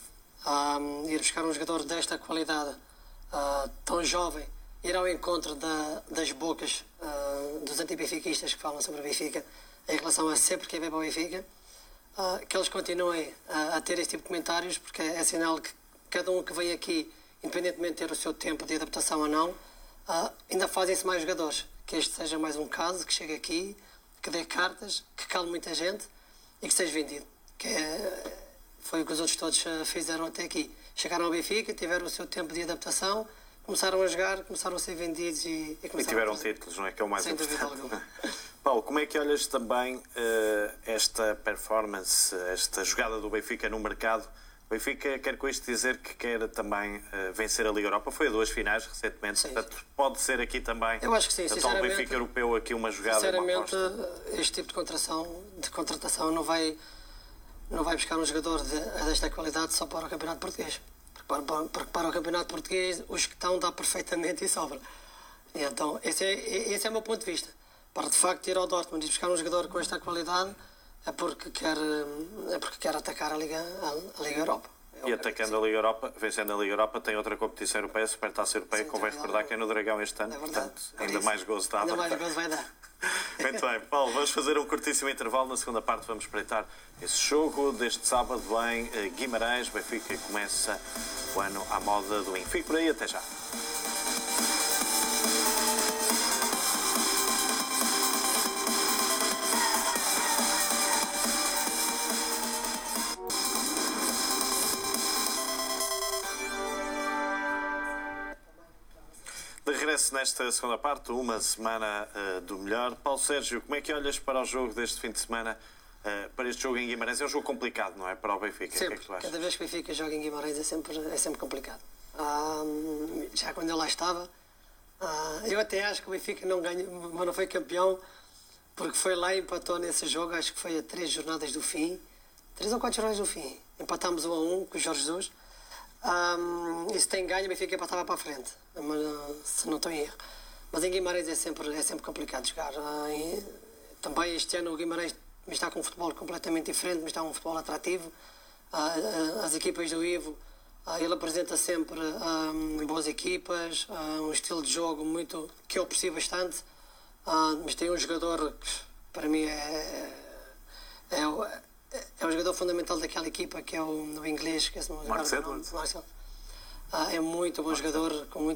Ir buscar um jogador desta qualidade, tão jovem, ir ao encontro das bocas dos anti-benfiquistas que falam sobre o Benfica em relação a sempre que vem para o Benfica, que eles continuem a ter este tipo de comentários, porque é sinal que cada um que vem aqui, independentemente de ter o seu tempo de adaptação ou não, ainda fazem-se mais jogadores. Que este seja mais um caso, que chegue aqui, que dê cartas, que cale muita gente e que seja vendido. Foi o que os outros todos fizeram até aqui. Chegaram ao Benfica, tiveram o seu tempo de adaptação, começaram a jogar, começaram a ser vendidos e tiveram títulos, não é? Que é o mais importante. Sem dúvida alguma. Paulo, como é que olhas também esta performance, esta jogada do Benfica no mercado? O Benfica quer com isto dizer que quer também vencer a Liga Europa. Foi a 2 finais recentemente, sim. Portanto, pode ser aqui também. Eu acho que sim, sinceramente. O Benfica europeu aqui uma jogada. Sinceramente, este tipo de contratação não vai buscar um jogador desta qualidade só para o Campeonato Português. Porque para o Campeonato Português os que estão dá perfeitamente e sobra. E então, esse é o meu ponto de vista. Para de facto ir ao Dortmund e buscar um jogador com esta qualidade é porque quer atacar a Liga Europa. E atacando a Liga Europa, vencendo a Liga Europa, tem outra competição europeia, Supertaça Europeia, Sim, convém recordar que é no Dragão este ano, portanto, ainda mais gozo dá. Ainda mais gozo vai dar. Muito bem, Paulo, vamos fazer um curtíssimo intervalo. Na segunda parte vamos espreitar esse jogo deste sábado em Guimarães. Benfica começa o ano à moda do Fique por aí, até já. De regresso nesta segunda parte, uma semana do melhor. Paulo Sérgio, como é que olhas para o jogo deste fim de semana, para este jogo em Guimarães? É um jogo complicado, não é? Para o Benfica. Sempre. O que é que tu achas? Cada vez que o Benfica joga em Guimarães é sempre complicado. Já quando eu lá estava, eu até acho que o Benfica não ganhou, mas não foi campeão, porque foi lá e empatou nesse jogo, acho que foi a 3 jornadas do fim, 3 ou 4 jornadas do fim. Empatámos 1-1 com o Jorge Jesus. E se tem ganho, o Benfica empatava para a frente, mas, se não estou em erro. Mas em Guimarães é sempre complicado jogar. Também este ano o Guimarães está com um futebol completamente diferente, mas está um futebol atrativo. As equipas do Ivo, ele apresenta sempre boas equipas, um estilo de jogo que eu aprecio bastante, mas tem um jogador que para mim é o jogador fundamental daquela equipa, que é o inglês, que é o Marcos Edwards. É muito bom jogador, com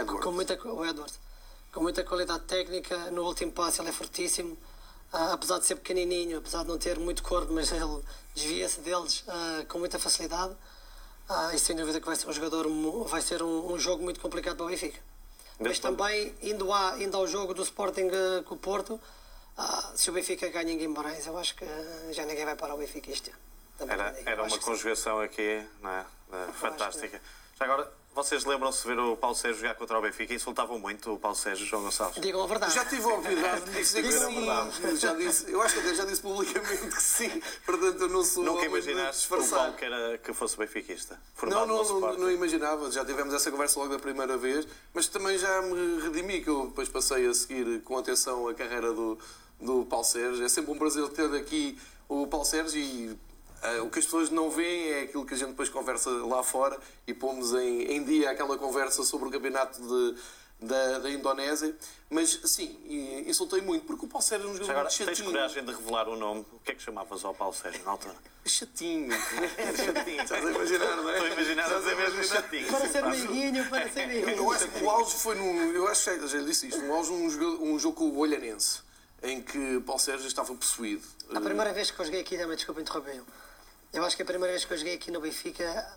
muita qualidade técnica. No último passe ele é fortíssimo, apesar de ser pequenininho, apesar de não ter muito corpo, mas ele desvia-se deles com muita facilidade. E sem dúvida que vai ser um jogo muito complicado para o Benfica. Mas também, indo ao jogo do Sporting com o Porto, se o Benfica ganha em Guimarães, eu acho que já ninguém vai parar o Benfica este ano. Era uma conjugação aqui, não é? Fantástica. Já agora, vocês lembram-se de ver o Paulo Sérgio jogar contra o Benfica? Insultavam muito o Paulo Sérgio, João Gonçalves? Digam a verdade. Já tive a oportunidade de dizer que sim. Eu acho que até já disse publicamente que sim. Portanto, eu não sou. Nunca imaginaste que o Paulo que fosse benfiquista? Não imaginava. Já tivemos essa conversa logo da primeira vez, mas também já me redimi, que eu depois passei a seguir com atenção a carreira do Paulo Sérgio. É sempre um prazer ter aqui o Paulo Sérgio e o que as pessoas não veem é aquilo que a gente depois conversa lá fora e pomos em dia aquela conversa sobre o campeonato da Indonésia. Mas sim, insultei muito, porque o Paulo Sérgio é um jogador agora, chatinho. Tens coragem de revelar o nome? O que é que chamavas ao Paulo Sérgio na altura? Chatinho. Chatinho. Estás a imaginar, não é? Estou a imaginar a dizer mesmo chatinho. Para ser meiguinho, para ser meiguinho. Eu acho que o auge foi eu acho que já disse isto, no auge um jogo com o Olhanense. em que Paulo Sérgio estava possuído. A primeira vez que eu joguei aqui, desculpa interromper, eu acho que a primeira vez que eu joguei aqui no Benfica,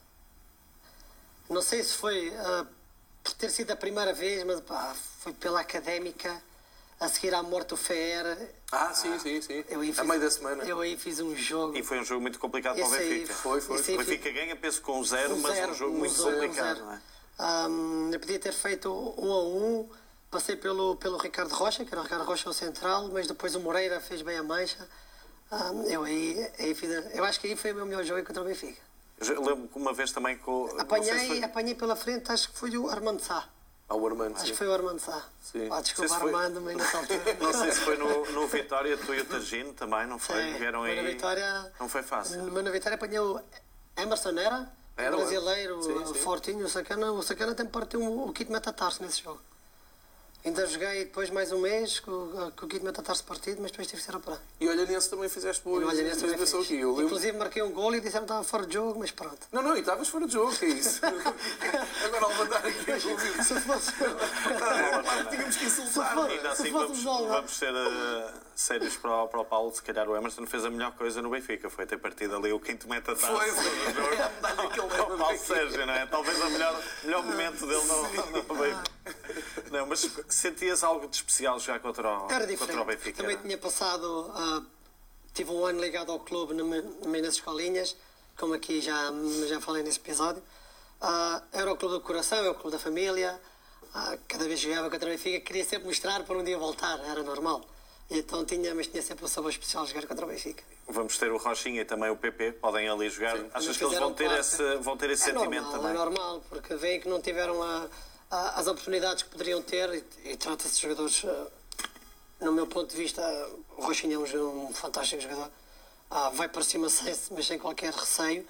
não sei se foi por ter sido a primeira vez, mas foi pela Académica, a seguir à morte do Fer. Sim. A meio da semana. Eu aí fiz um jogo. E foi um jogo muito complicado para o Benfica. Foi. O Benfica ganha, penso, com 0, mas um jogo muito complicado. Não é? Eu podia ter feito 1-1, passei pelo Ricardo Rocha, que era o Ricardo Rocha o central, mas depois o Moreira fez bem a mancha. Eu acho que aí foi o meu melhor jogo contra o Benfica. Eu lembro que uma vez também com... Apanhei pela frente, acho que foi o Armando Sá. O Armando, acho que foi o Armando Sá. Desculpa, Armando, mas nessa altura. Não sei se foi no Vitória, tu e o Targino também, não foi? Sim, vieram aí. Vitória, não foi fácil. Na Vitória apanhei o Emerson, era o brasileiro, sim. fortinho, o Sacana até me partiu o kit metatarso nesse jogo. Ainda joguei depois mais um mês com o kit metatarso partido, mas depois tive que ser operado. E o Olhanense também fizeste boa exibição aqui. Inclusive marquei um gol e disseram que estava fora de jogo, mas pronto. Não, e estavas fora de jogo, que é isso? Agora ao levantar aqui o ouvido. Se fosse... Tínhamos que insultar. Ainda assim vamos ser sérios para o Paulo. Se calhar o Emerson fez a melhor coisa no Benfica. Foi ter partido ali o quinto meta-taça do jogo. O Paulo Sérgio, não é? Talvez o melhor momento dele no Benfica. Não, mas sentias algo de especial já contra o Benfica? Também tinha passado, tive um ano ligado ao clube nas escolinhas, como aqui já falei nesse episódio. Era o clube do coração, é o clube da família. Cada vez que jogava contra o Benfica, queria sempre mostrar para um dia voltar, era normal. E então tinha sempre um sabor especial jogar contra o Benfica. Vamos ter o Rochinha e também o PP, que podem ali jogar. Sim, achas que eles vão ter esse sentimento normal, também? É normal, porque veem que não tiveram as oportunidades que poderiam ter e trata-se de jogadores, no meu ponto de vista, o Rochinha é um fantástico jogador. Vai para cima mas sem qualquer receio.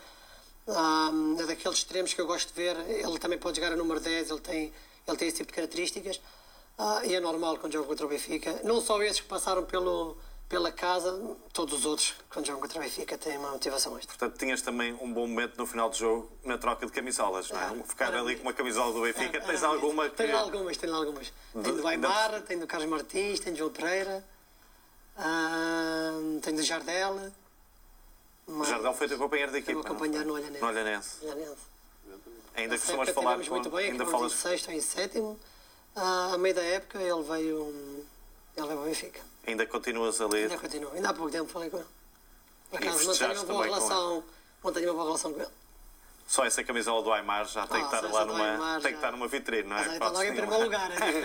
É daqueles extremos que eu gosto de ver. Ele também pode jogar a número 10, ele tem esse tipo de características. E é normal quando joga contra o Benfica. Não só esses que passaram pela casa, todos os outros, quando jogam contra o Benfica, têm uma motivação extra. Portanto, tinhas também um bom momento no final do jogo na troca de camisolas, não é? Ficar ali com uma camisola do Benfica, tens alguma que... Tenho algumas. Tenho do Aimar, tenho do Carlos Martins, tenho do João Pereira, tenho do Jardel. O Jardel foi teu companheiro de equipa, não? Companheiro no Olhanense. No Olhanense. Ainda costumas falar com... muito bem, ainda falas... em sexto ou em sétimo. A meio da época ele veio ao Benfica. Ainda continuas ali? Ainda continuo. Ainda há pouco tempo falei com ele. Por acaso não tenho uma boa relação com ele. Só essa camisola do Aimar já tem que estar lá numa vitrine, não é? Mas está logo em primeiro lugar.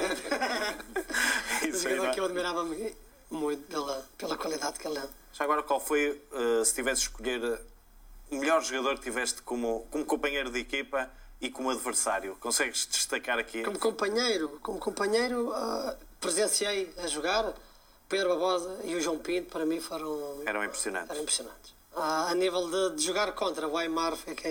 Isso jogador que eu admirava muito pela qualidade que ele é. Já agora, qual foi, se tivesse de escolher, o melhor jogador que tiveste como companheiro de equipa e como adversário? Consegues destacar aqui? Como companheiro, presenciei a jogar. Pedro Barbosa e o João Pinto, para mim, eram impressionantes. A nível de jogar contra o Aimar,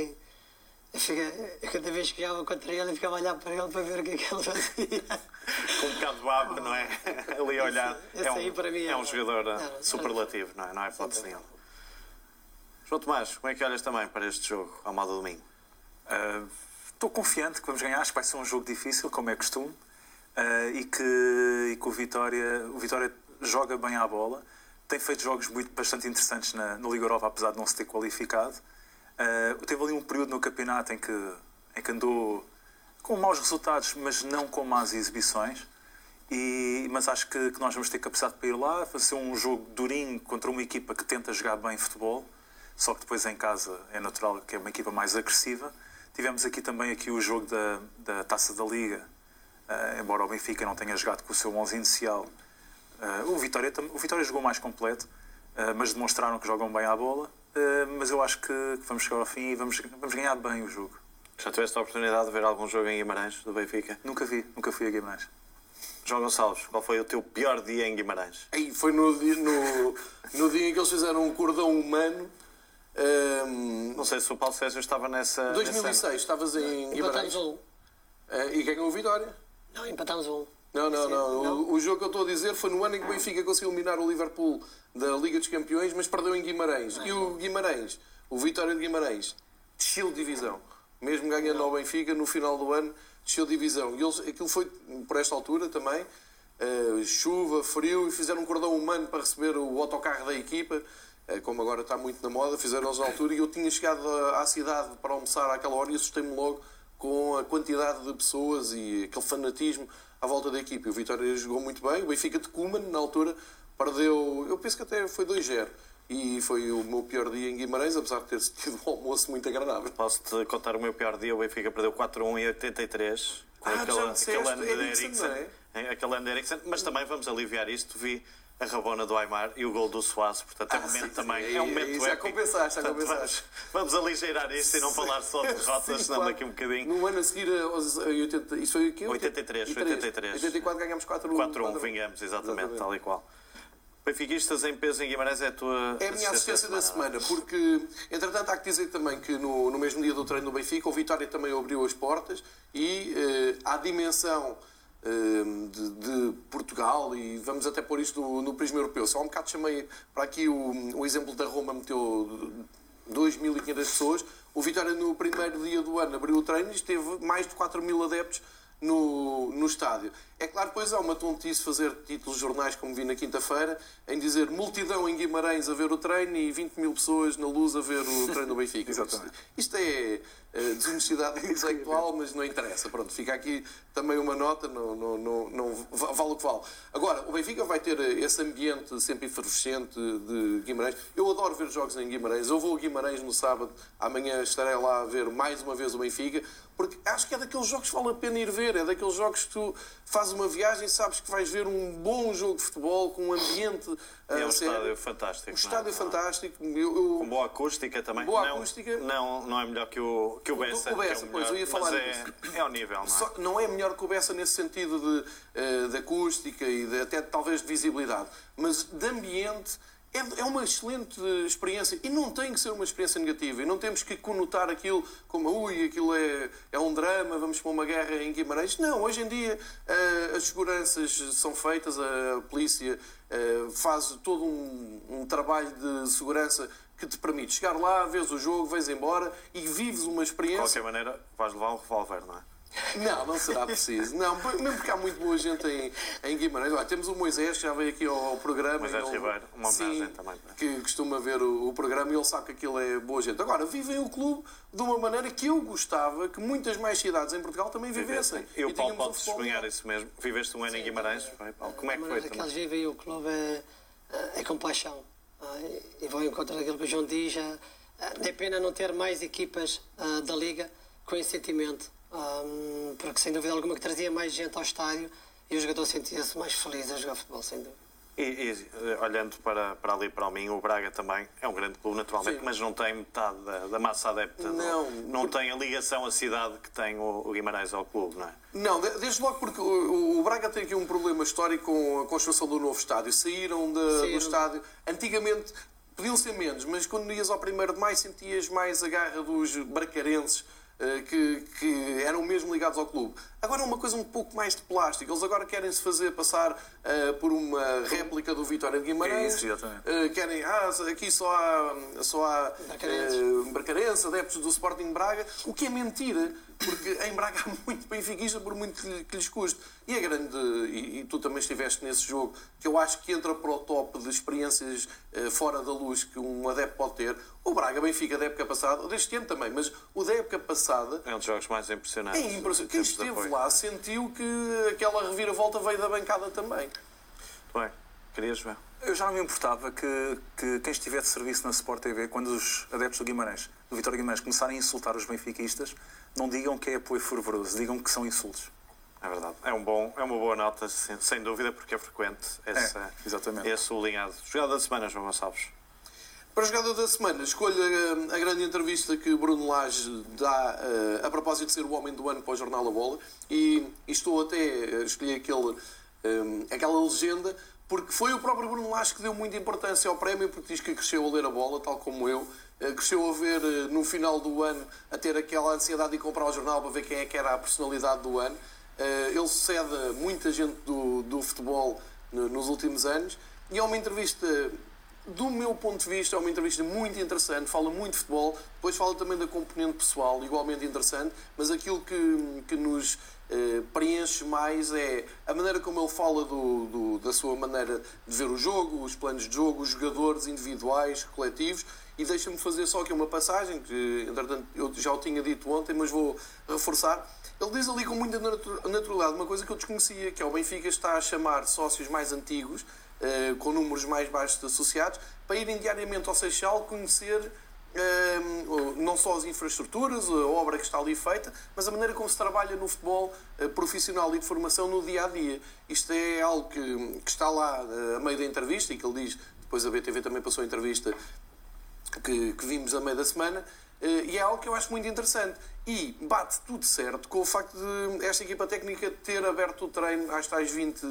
cada vez que jogava contra ele, eu ficava a olhar para ele para ver o que é que ele fazia. Com um bocado de baba, não é? Ali a olhar. É um jogador superlativo, não é? Não é hipótese nenhuma. João Tomás, como é que olhas também para este jogo, ao modo domingo? Estou confiante que vamos ganhar. Acho que vai ser um jogo difícil, como é costume. E que o Vitória joga bem à bola, tem feito jogos bastante interessantes na Liga Europa, apesar de não se ter qualificado. Teve ali um período no campeonato em que andou com maus resultados, mas não com más exibições. Mas acho que nós vamos ter capacidade para ir lá, fazer um jogo durinho contra uma equipa que tenta jogar bem futebol, só que depois em casa é natural que é uma equipa mais agressiva. Tivemos aqui também o jogo da Taça da Liga, embora o Benfica não tenha jogado com o seu 11 inicial. O Vitória jogou mais completo, mas demonstraram que jogam bem à bola. Mas eu acho que vamos chegar ao fim e vamos ganhar bem o jogo. Já tiveste a oportunidade de ver algum jogo em Guimarães, do Benfica? Nunca fui a Guimarães. João Gonçalves, qual foi o teu pior dia em Guimarães? Foi no dia em que eles fizeram um cordão humano. Não sei se o Paulo Sérgio estava nessa... 2006, estavas em Guimarães. Empatámos 1. E ganhou o Vitória? Não, empatámos 1. Não. O jogo que eu estou a dizer foi no ano em que o Benfica conseguiu eliminar o Liverpool da Liga dos Campeões, mas perdeu em Guimarães. E o Vitória de Guimarães, desceu de divisão. Mesmo ganhando ao Benfica, no final do ano, desceu de divisão. E aquilo foi, por esta altura também, chuva, frio, e fizeram um cordão humano para receber o autocarro da equipa, como agora está muito na moda, fizeram-nos na altura, e eu tinha chegado à cidade para almoçar àquela hora e assustei-me logo com a quantidade de pessoas e aquele fanatismo à volta da equipa. E o Vitória jogou muito bem, o Benfica de Koeman, na altura, perdeu, eu penso que até foi 2-0. E foi o meu pior dia em Guimarães, apesar de ter tido um almoço muito agradável. Posso-te contar o meu pior dia? O Benfica perdeu 4-1 em 83. Com aquele ano de Eriksen. Aquele ano de Eriksen. Mas também vamos aliviar isto. Vi a rabona do Aimar e o gol do Suaço. Portanto, é um momento também. É um momento épico. Já compensaste. Vamos aligeirar isto e não falar só de derrotas, senão daqui um bocadinho. No ano a seguir, aos 80, isso foi o quê? 83. 84 ganhámos 4-1. 4-1, vingamos, exatamente, tal e qual. Benfiquistas em peso em Guimarães é a tua... É a minha assistência da semana, porque, entretanto, há que dizer também que no mesmo dia do treino do Benfica, o Vitória também abriu as portas e à dimensão de Portugal, e vamos até pôr isto no prisma europeu. Só um bocado chamei para aqui o exemplo da Roma, meteu 2.500 pessoas. O Vitória, no primeiro dia do ano, abriu o treino e esteve mais de 4.000 adeptos no estádio. É claro, depois há uma tontice fazer títulos de jornais, como vi na quinta-feira, em dizer multidão em Guimarães a ver o treino e 20.000 pessoas na Luz a ver o treino do Benfica. Isto é desonestidade intelectual, mas não interessa. Pronto, fica aqui também uma nota, não vale o que vale. Agora, o Benfica vai ter esse ambiente sempre efervescente de Guimarães. Eu adoro ver jogos em Guimarães. Eu vou a Guimarães no sábado, amanhã estarei lá a ver mais uma vez o Benfica, porque acho que é daqueles jogos que vale a pena ir ver, é daqueles jogos que tu fazes uma viagem e sabes que vais ver um bom jogo de futebol, com um ambiente... É um estádio fantástico. Um estádio fantástico. Com boa acústica também. Boa acústica. Não é melhor que o Bessa. O Bessa, pois, eu ia falar disso. É ao nível, não é? Não é melhor que o Bessa nesse sentido de acústica e até talvez de visibilidade, mas de ambiente. É uma excelente experiência e não tem que ser uma experiência negativa e não temos que conotar aquilo como aquilo é um drama, vamos para uma guerra em Guimarães. Não, hoje em dia as seguranças são feitas, a polícia faz todo um trabalho de segurança que te permite chegar lá, vês o jogo, vais embora e vives uma experiência. De qualquer maneira, vais levar um revólver, não é? Não será preciso. Não, mesmo porque há muito boa gente em Guimarães. Olha, temos o Moisés, que já veio aqui ao programa. Moisés Ribeiro, uma homenagem também. Que costuma ver o programa e ele sabe que aquilo é boa gente. Agora, vivem o clube de uma maneira que eu gostava que muitas mais cidades em Portugal também vivessem. E o Paulo pode testemunhar isso mesmo. Viveste um ano em Guimarães? Paulo, como é que foi? Que eles vivem o clube é com paixão. E vão em contra daquilo que o João diz. É pena não ter mais equipas da Liga com esse sentimento. Porque sem dúvida alguma que trazia mais gente ao estádio e o jogador sentia-se mais feliz a jogar futebol, sem dúvida. E olhando para ali para o Minho, o Braga também é um grande clube naturalmente, mas não tem metade da massa adepta, não tem a ligação à cidade que tem o Guimarães ao clube, não é? Não, desde logo porque o Braga tem aqui um problema histórico com a construção do novo estádio. Saíram do estádio, antigamente podiam ser menos, mas quando ias ao 1º de Maio sentias mais a garra dos bracarenses, que eram mesmo ligados ao clube. Agora é uma coisa um pouco mais de plástico. Eles agora querem-se fazer passar por uma réplica do Vitória de Guimarães. Querem, aqui só há bracarenses, adeptos do Sporting de Braga, o que é mentira, porque em Braga há muito benfiquista, por muito que lhes custe. E a grande, e tu também estiveste nesse jogo, que eu acho que entra para o top de experiências fora da Luz que um adepto pode ter. O Braga-Benfica da época passada, deste ano também, mas o da época passada... É um dos jogos mais impressionantes. É impressionante. Quem esteve lá sentiu que aquela reviravolta veio da bancada também. Muito bem. Querias ver? Eu já não me importava que quem estiver de serviço na Sport TV, quando os adeptos do Vitória Guimarães, começarem a insultar os benfiquistas, não digam que é apoio fervoroso, digam que são insultos. É verdade. É uma boa nota, sem dúvida, porque é frequente esse sublinhado. Jogada da semana, João Gonçalves. Para a jogada da semana, escolho a grande entrevista que Bruno Lage dá a propósito de ser o homem do ano para o jornal A Bola e estou até a escolher aquela legenda porque foi o próprio Bruno Lage que deu muita importância ao prémio porque diz que cresceu a ler a bola, tal como eu, cresceu a ver no final do ano a ter aquela ansiedade de ir comprar o jornal para ver quem é que era a personalidade do ano. Ele cede muita gente do futebol nos últimos anos e é uma entrevista do meu ponto de vista, é uma entrevista muito interessante, fala muito de futebol, depois fala também da componente pessoal, igualmente interessante, mas aquilo que nos preenche mais é a maneira como ele fala da sua maneira de ver o jogo, os planos de jogo, os jogadores individuais, coletivos, e deixa-me fazer só aqui uma passagem, que entretanto eu já o tinha dito ontem, mas vou reforçar. Ele diz ali com muita naturalidade uma coisa que eu desconhecia, que é o Benfica está a chamar sócios mais antigos, com números mais baixos de associados, para irem diariamente ao Seixal conhecer não só as infraestruturas, a obra que está ali feita, mas a maneira como se trabalha no futebol profissional e de formação no dia-a-dia. Isto é algo que está lá a meio da entrevista e que ele diz, depois a BTV também passou a entrevista que vimos a meio da semana, e é algo que eu acho muito interessante. E bate tudo certo com o facto de esta equipa técnica ter aberto o treino às tais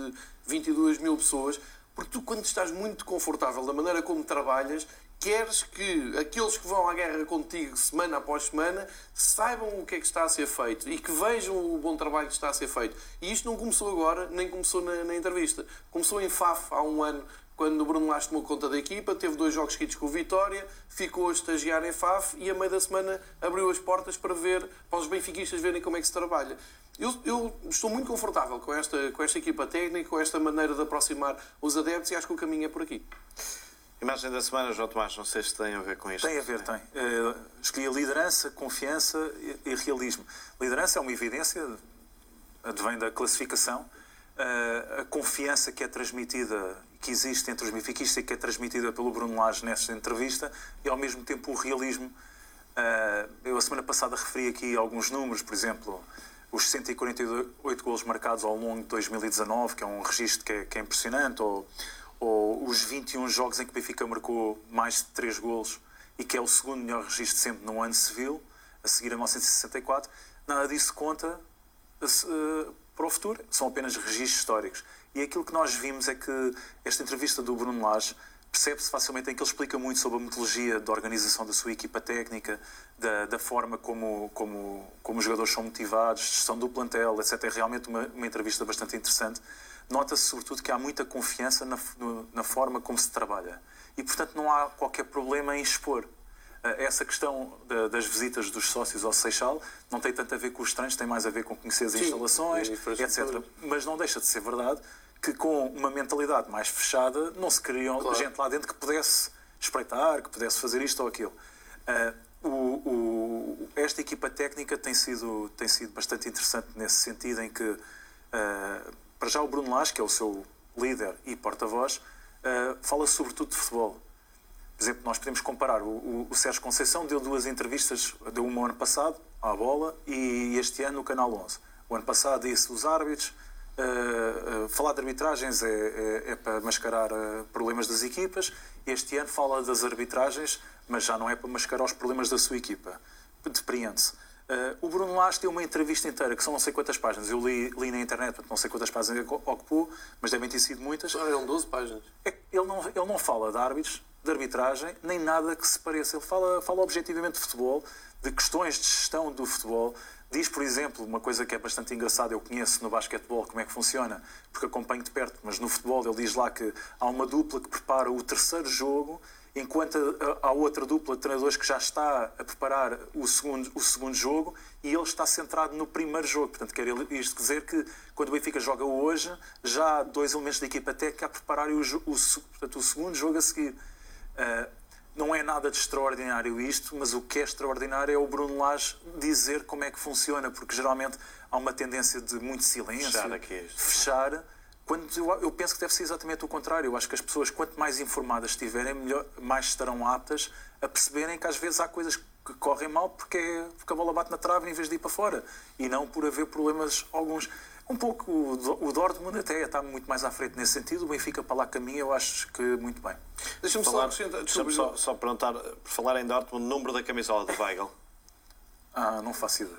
22 mil pessoas, porque tu, quando estás muito confortável da maneira como trabalhas, queres que aqueles que vão à guerra contigo semana após semana saibam o que é que está a ser feito e que vejam o bom trabalho que está a ser feito. E isto não começou agora, nem começou na entrevista. Começou em Faf há um ano, quando o Bruno Lage tomou conta da equipa, teve 2 jogos seguidos com o Vitória, ficou a estagiar em Faf e a meio da semana abriu as portas para os benfiquistas verem como é que se trabalha. Eu estou muito confortável com esta equipa técnica, com esta maneira de aproximar os adeptos e acho que o caminho é por aqui. Imagem da semana, João Tomás, não sei se tem a ver com isto. Tem a ver, tem. Escolhi a liderança, confiança e realismo. Liderança é uma evidência, advém da classificação. A confiança que é transmitida, que existe entre os benfiquistas e que é transmitida pelo Bruno Lage nesta entrevista, e ao mesmo tempo o realismo. Eu a semana passada referi aqui alguns números, por exemplo, os 148 golos marcados ao longo de 2019, que é um registro que é impressionante, ou os 21 jogos em que o Benfica marcou mais de 3 golos e que é o segundo melhor registro sempre no ano civil, a seguir a 1964. Nada disso conta para o futuro, são apenas registros históricos. E aquilo que nós vimos é que esta entrevista do Bruno Lage percebe-se facilmente em que ele explica muito sobre a metodologia da organização da sua equipa técnica, da forma como os jogadores são motivados, gestão do plantel, etc. É realmente uma entrevista bastante interessante. Nota-se, sobretudo, que há muita confiança na forma como se trabalha. E, portanto, não há qualquer problema em expor. Essa questão das visitas dos sócios ao Seixal não tem tanto a ver com os treinos, tem mais a ver com conhecer as instalações, etc. Mas não deixa de ser verdade que, com uma mentalidade mais fechada, não se criam gente lá dentro que pudesse espreitar, que pudesse fazer isto ou aquilo. Esta equipa técnica tem sido bastante interessante nesse sentido, em que para já o Bruno Lage, que é o seu líder e porta-voz, fala sobretudo de futebol. Por exemplo, nós podemos comparar, o Sérgio Conceição deu 2 entrevistas, deu uma ano passado, à Bola, e este ano no Canal 11. O ano passado disse os árbitros, falar de arbitragens é para mascarar problemas das equipas, este ano fala das arbitragens, mas já não é para mascarar os problemas da sua equipa. Depreende-se. O Bruno Lage deu uma entrevista inteira, que são não sei quantas páginas. Eu li na internet, portanto não sei quantas páginas ocupou, mas devem ter sido muitas. Eram 12 páginas. Ele não fala de árbitros, de arbitragem, nem nada que se pareça. Ele fala objetivamente de futebol, de questões de gestão do futebol. Diz, por exemplo, uma coisa que é bastante engraçada, eu conheço no basquetebol como é que funciona, porque acompanho de perto, mas no futebol ele diz lá que há uma dupla que prepara o 3º jogo, enquanto há outra dupla de treinadores que já está a preparar o segundo jogo e ele está centrado no primeiro jogo. Portanto, quer isto dizer que quando o Benfica joga hoje, já há 2 elementos da equipa técnica a prepararem o segundo jogo a seguir. Não é nada de extraordinário isto, mas o que é extraordinário é o Bruno Lage dizer como é que funciona, porque geralmente há uma tendência de muito silêncio, fechar. Quando eu penso que deve ser exatamente o contrário. Eu acho que as pessoas, quanto mais informadas estiverem, melhor, mais estarão aptas a perceberem que às vezes há coisas que correm mal porque a bola bate na trave em vez de ir para fora. E não por haver problemas alguns. Um pouco o Dortmund até está muito mais à frente nesse sentido. O Benfica para lá caminha, eu acho que muito bem. Deixa-me só perguntar, por falar em Dortmund, o número da camisola de Weigl. Não faço ideia.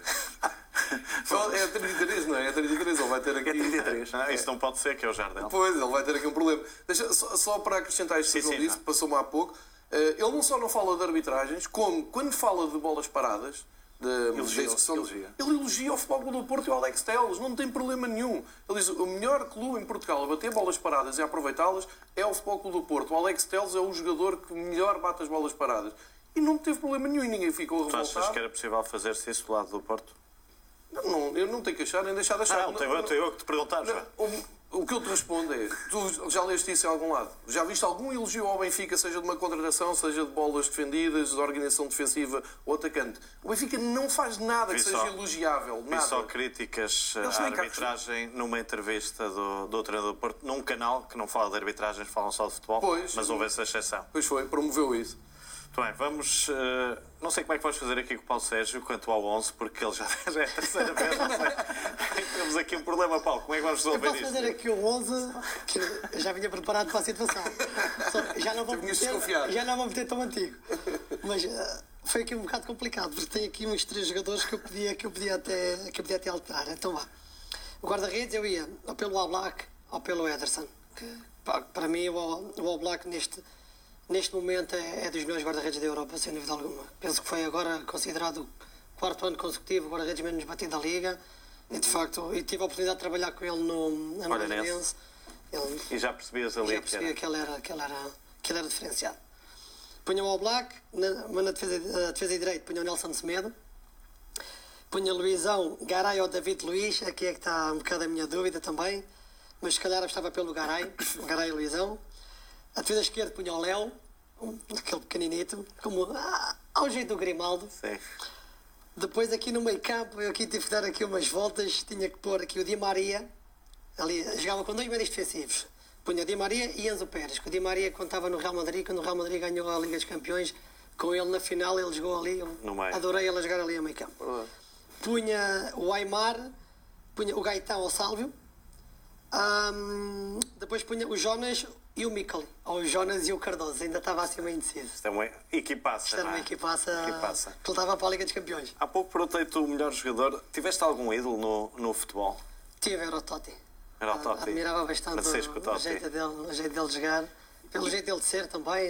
É 33, não é? É 33, ele vai ter aqui... É 33. Isso não pode ser, que é o Jardel. Pois, ele vai ter aqui um problema. Deixa, só para acrescentar isto que João disse, passou-me há pouco, ele não só não fala de arbitragens, como quando fala de bolas paradas, Elogia. Ele elogia o Futebol Clube do Porto e o Alex Telles, não tem problema nenhum. Ele diz, o melhor clube em Portugal a bater bolas paradas e a aproveitá-las é o Futebol Clube do Porto. O Alex Telles é o jogador que melhor bate as bolas paradas. E não teve problema nenhum e ninguém ficou revoltado. Tu achas que era possível fazer-se isso do lado do Porto? Não, eu não tenho que achar nem deixar de achar. Não, tenho eu que te perguntar, João. O que eu te respondo é, tu já leste isso em algum lado? Já viste algum elogio ao Benfica, seja de uma contratação, seja de bolas defendidas, de organização defensiva ou atacante? O Benfica não faz nada que seja elogiável. Vi só críticas à arbitragem numa entrevista do treinador do Porto, num canal que não fala de arbitragens, falam só de futebol, mas houve essa exceção. Pois foi, promoveu isso. Muito bem, vamos... não sei como é que vamos fazer aqui com o Paulo Sérgio quanto ao 11, porque ele já é a terceira vez, não sei. Temos aqui um problema, Paulo. Como é que vamos resolver isto? Eu posso fazer aqui o 11, que eu já vinha preparado para a situação. Já não vou meter tão antigo. Mas foi aqui um bocado complicado, porque tem aqui uns 3 jogadores que eu podia até alterar. Então vá. O guarda-redes eu ia ou pelo Oblak ou pelo Ederson. Que, para mim o Oblak neste momento é dos melhores guarda-redes da Europa, sem dúvida alguma. Penso que foi agora considerado o 4º ano consecutivo guarda-redes menos batido da Liga. E de facto, eu tive a oportunidade de trabalhar com ele no Olhanense. E já percebias ali que ele era diferenciado. Punha o Oblak, na defesa direita punha o Nelson Semedo. Punha o Luizão, Garay ou David Luiz, aqui é que está um bocado a minha dúvida também. Mas se calhar estava pelo Garay e Luizão. A defesa esquerda punha o Léo, aquele pequeninito, como ao jeito do Grimaldo. Sim. Depois aqui no meio campo, eu aqui tive que dar aqui umas voltas, tinha que pôr aqui o Di Maria, ali jogava com 2 médios defensivos. Punha o Di Maria e Enzo Pérez, que o Di Maria quando estava no Real Madrid, quando o Real Madrid ganhou a Liga dos Campeões, com ele na final, ele jogou ali, adorei ele a jogar ali no meio campo. Punha o Aimar, punha o Gaetão ou Sálvio, depois punha o Jonas e o Mikel, ou o Jonas e o Cardoso, ainda estava assim meio indeciso. Isto é uma equipaça, Isto era uma equipaça que lutava para a Liga dos Campeões. Há pouco perguntei-te o melhor jogador. Tiveste algum ídolo no futebol? Tive, era o Totti. Admirava bastante o jeito dele jogar, pelo jeito dele de ser também.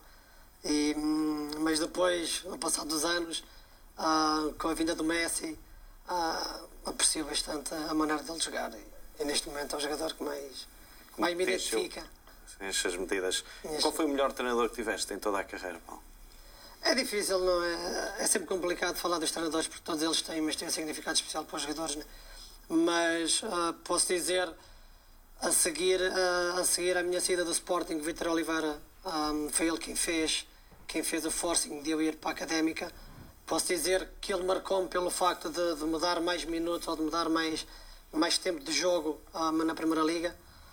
Mas depois, no passado dos anos, com a vinda do Messi, aprecio bastante a maneira dele jogar. E neste momento é o jogador que mais me identifica. Estas medidas. Qual foi o melhor treinador que tiveste em toda a carreira, Paulo? É difícil, não é? É sempre complicado falar dos treinadores porque todos eles têm um significado especial para os jogadores, né? Mas posso dizer, a seguir a minha saída do Sporting, Vítor Oliveira, foi ele quem fez o forcing de eu ir para a Académica. Posso dizer que ele marcou-me pelo facto de me dar mais minutos ou de me dar mais tempo de jogo na Primeira Liga.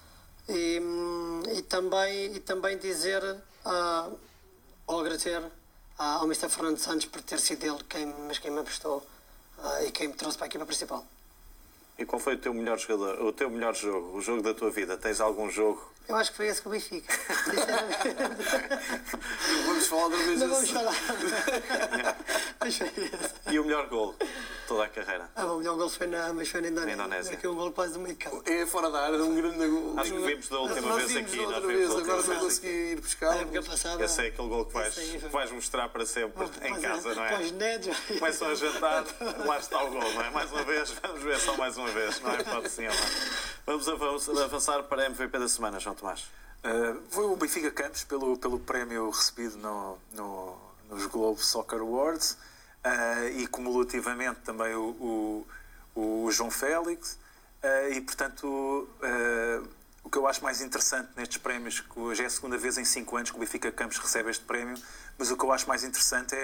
E também dizer, ou agradecer ao Mr. Fernando Santos por ter sido ele quem me apostou e quem me trouxe para a equipa principal. E qual foi o teu melhor jogador, o teu melhor jogo, o jogo da tua vida? Tens algum jogo? Eu acho que foi esse com o Benfica. Vamos falar outra vez. Não vamos falar. Mas foi esse. E o melhor golo de toda a carreira? O melhor golo foi na Indonésia. Aqui um golo quase do meio campo. É fora da área, um grande golo. Acho que vimos da última vez aqui. Agora não consegui ir buscar. Eu sei aquele golo que vais mostrar para sempre em casa, não é? Para os netos. Começam a jantar, lá está o golo, não é? Mais uma vez, vamos ver só mais uma vez, não é? Pode sim, Vamos avançar para a MVP da semana, João Tomás. Foi o Benfica Campos pelo prémio recebido nos Globe Soccer Awards e cumulativamente também o João Félix e portanto o que eu acho mais interessante nestes prémios, que já é a segunda vez em 5 anos que o Benfica Campos recebe este prémio, mas o que eu acho mais interessante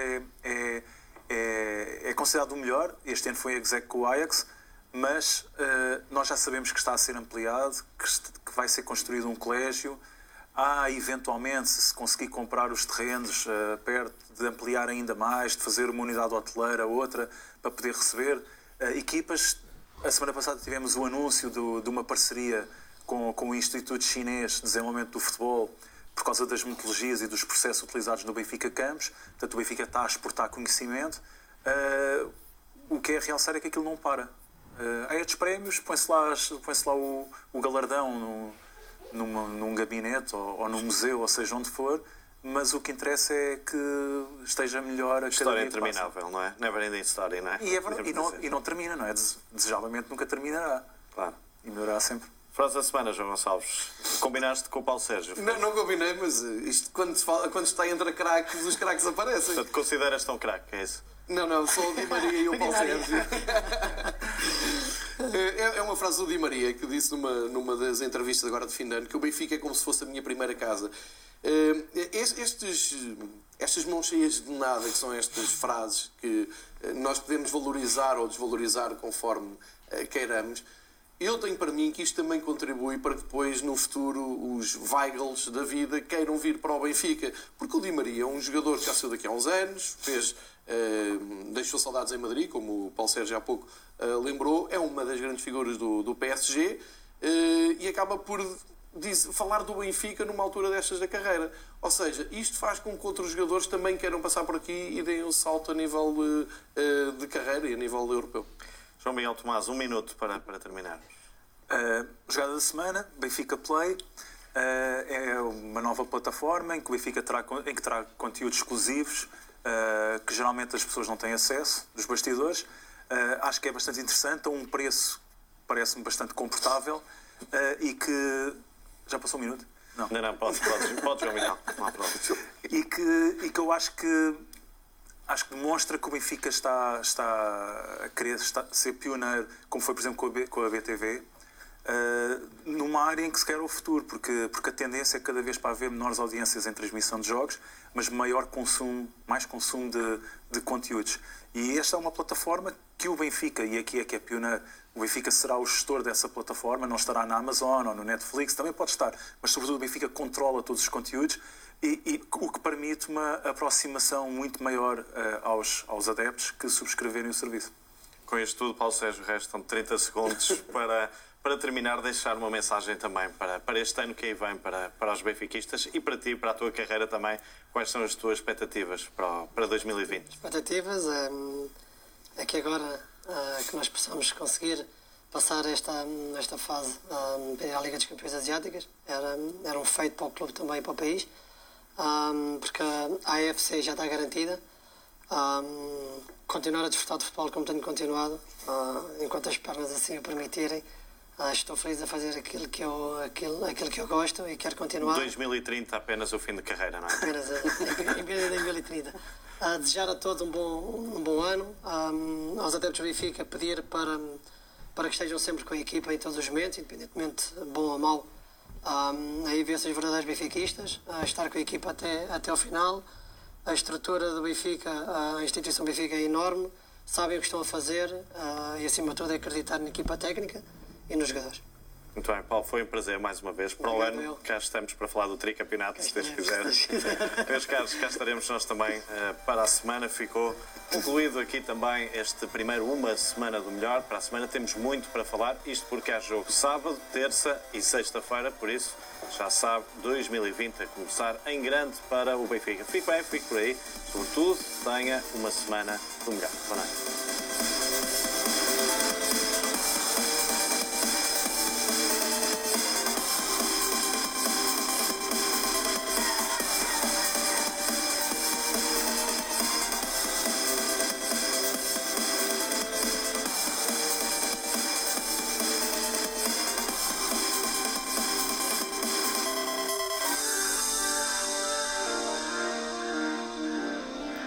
é considerado o melhor. Este ano foi exec com o Ajax, mas nós já sabemos que está a ser ampliado, que vai ser construído um colégio. Há, eventualmente, se conseguir comprar os terrenos perto, de ampliar ainda mais, de fazer uma unidade hoteleira, outra, para poder receber equipas. A semana passada tivemos o anúncio de uma parceria com o Instituto Chinês de Desenvolvimento do Futebol, por causa das metodologias e dos processos utilizados no Benfica Campos. Portanto, o Benfica está a exportar conhecimento. O que é a realçar é que aquilo não para. Há estes prémios, põe-se lá o galardão num gabinete ou num museu, ou seja onde for, mas o que interessa é que esteja melhor a cada História dia que passa. interminável, não é? Never ending story, não é? E, é verdade, e não termina, não é? Desejavelmente nunca terminará. Claro. E melhorará sempre. Próxima semana, João Gonçalves. Combinaste com o Paulo Sérgio. Não combinei, mas isto quando está entre craques, os craques aparecem. Portanto, consideras tão craque, é isso? Não, só o Di Maria e o Paulo Sérgio. É uma frase do Di Maria que disse numa das entrevistas agora de fim de ano que o Benfica é como se fosse a minha primeira casa. Estas mãos cheias de nada, que são estas frases que nós podemos valorizar ou desvalorizar conforme queiramos, eu tenho para mim que isto também contribui para que depois, no futuro, os Weigels da vida queiram vir para o Benfica. Porque o Di Maria é um jogador que já saiu daqui a uns anos, deixou saudades em Madrid, como o Paulo Sérgio há pouco lembrou, é uma das grandes figuras do PSG e acaba por falar do Benfica numa altura destas da carreira. Ou seja, isto faz com que outros jogadores também queiram passar por aqui e deem um salto a nível de carreira e a nível europeu. João Miguel Tomás, 1 minuto para terminar. Jogada da semana, Benfica Play. É uma nova plataforma em que o Benfica terá conteúdos exclusivos que geralmente as pessoas não têm acesso, dos bastidores. Acho que é bastante interessante, a um preço parece-me bastante confortável e que... Já passou 1 minuto? Não, pode, João Miguel. Não há problema. E que eu acho que demonstra que o Benfica está a querer ser pioneiro, como foi, por exemplo, com a BTV, numa área em que se quer o futuro, porque a tendência é cada vez para haver menores audiências em transmissão de jogos, mas mais consumo de conteúdos. E esta é uma plataforma que o Benfica, e aqui é que é pioneiro, o Benfica será o gestor dessa plataforma, não estará na Amazon ou no Netflix, também pode estar, mas sobretudo o Benfica controla todos os conteúdos e o que permite uma aproximação muito maior aos adeptos que subscreverem o serviço. Com isto tudo, Paulo Sérgio, restam 30 segundos para terminar, deixar uma mensagem também para este ano que aí vem, para os benfiquistas e para ti, para a tua carreira também. Quais são as tuas expectativas para 2020? Expectativas é que agora que nós possamos conseguir passar esta fase à Liga dos Campeões Asiáticas. Era um feito para o clube também e para o país, porque a AFC já está garantida. Continuar a desfrutar de futebol como tenho continuado, enquanto as pernas assim o permitirem. Estou feliz a fazer aquilo que eu gosto e quero continuar. 2030 apenas o fim de carreira, não é? Apenas em 2030. Desejar a todos um bom ano. Aos adeptos do Benfica pedir para que estejam sempre com a equipa em todos os momentos, independentemente de bom ou mau. Aí ver-se os verdadeiros benfiquistas, estar com a equipa até ao final. A estrutura do Benfica, a instituição Benfica é enorme, sabem o que estão a fazer e, acima de tudo, acreditar na equipa técnica e nos jogadores. Muito bem, Paulo, foi um prazer mais uma vez. Para o ano, cá estamos para falar do tricampeonato, se Deus quiser. Meus caros, cá estaremos nós também para a semana. Ficou concluído aqui também este primeiro Uma Semana do Melhor. Para a semana temos muito para falar, isto porque há jogo sábado, terça e sexta-feira, por isso, já sabe, 2020 a começar em grande para o Benfica. Fique bem, fique por aí. Sobretudo, tenha uma semana do melhor. Boa noite.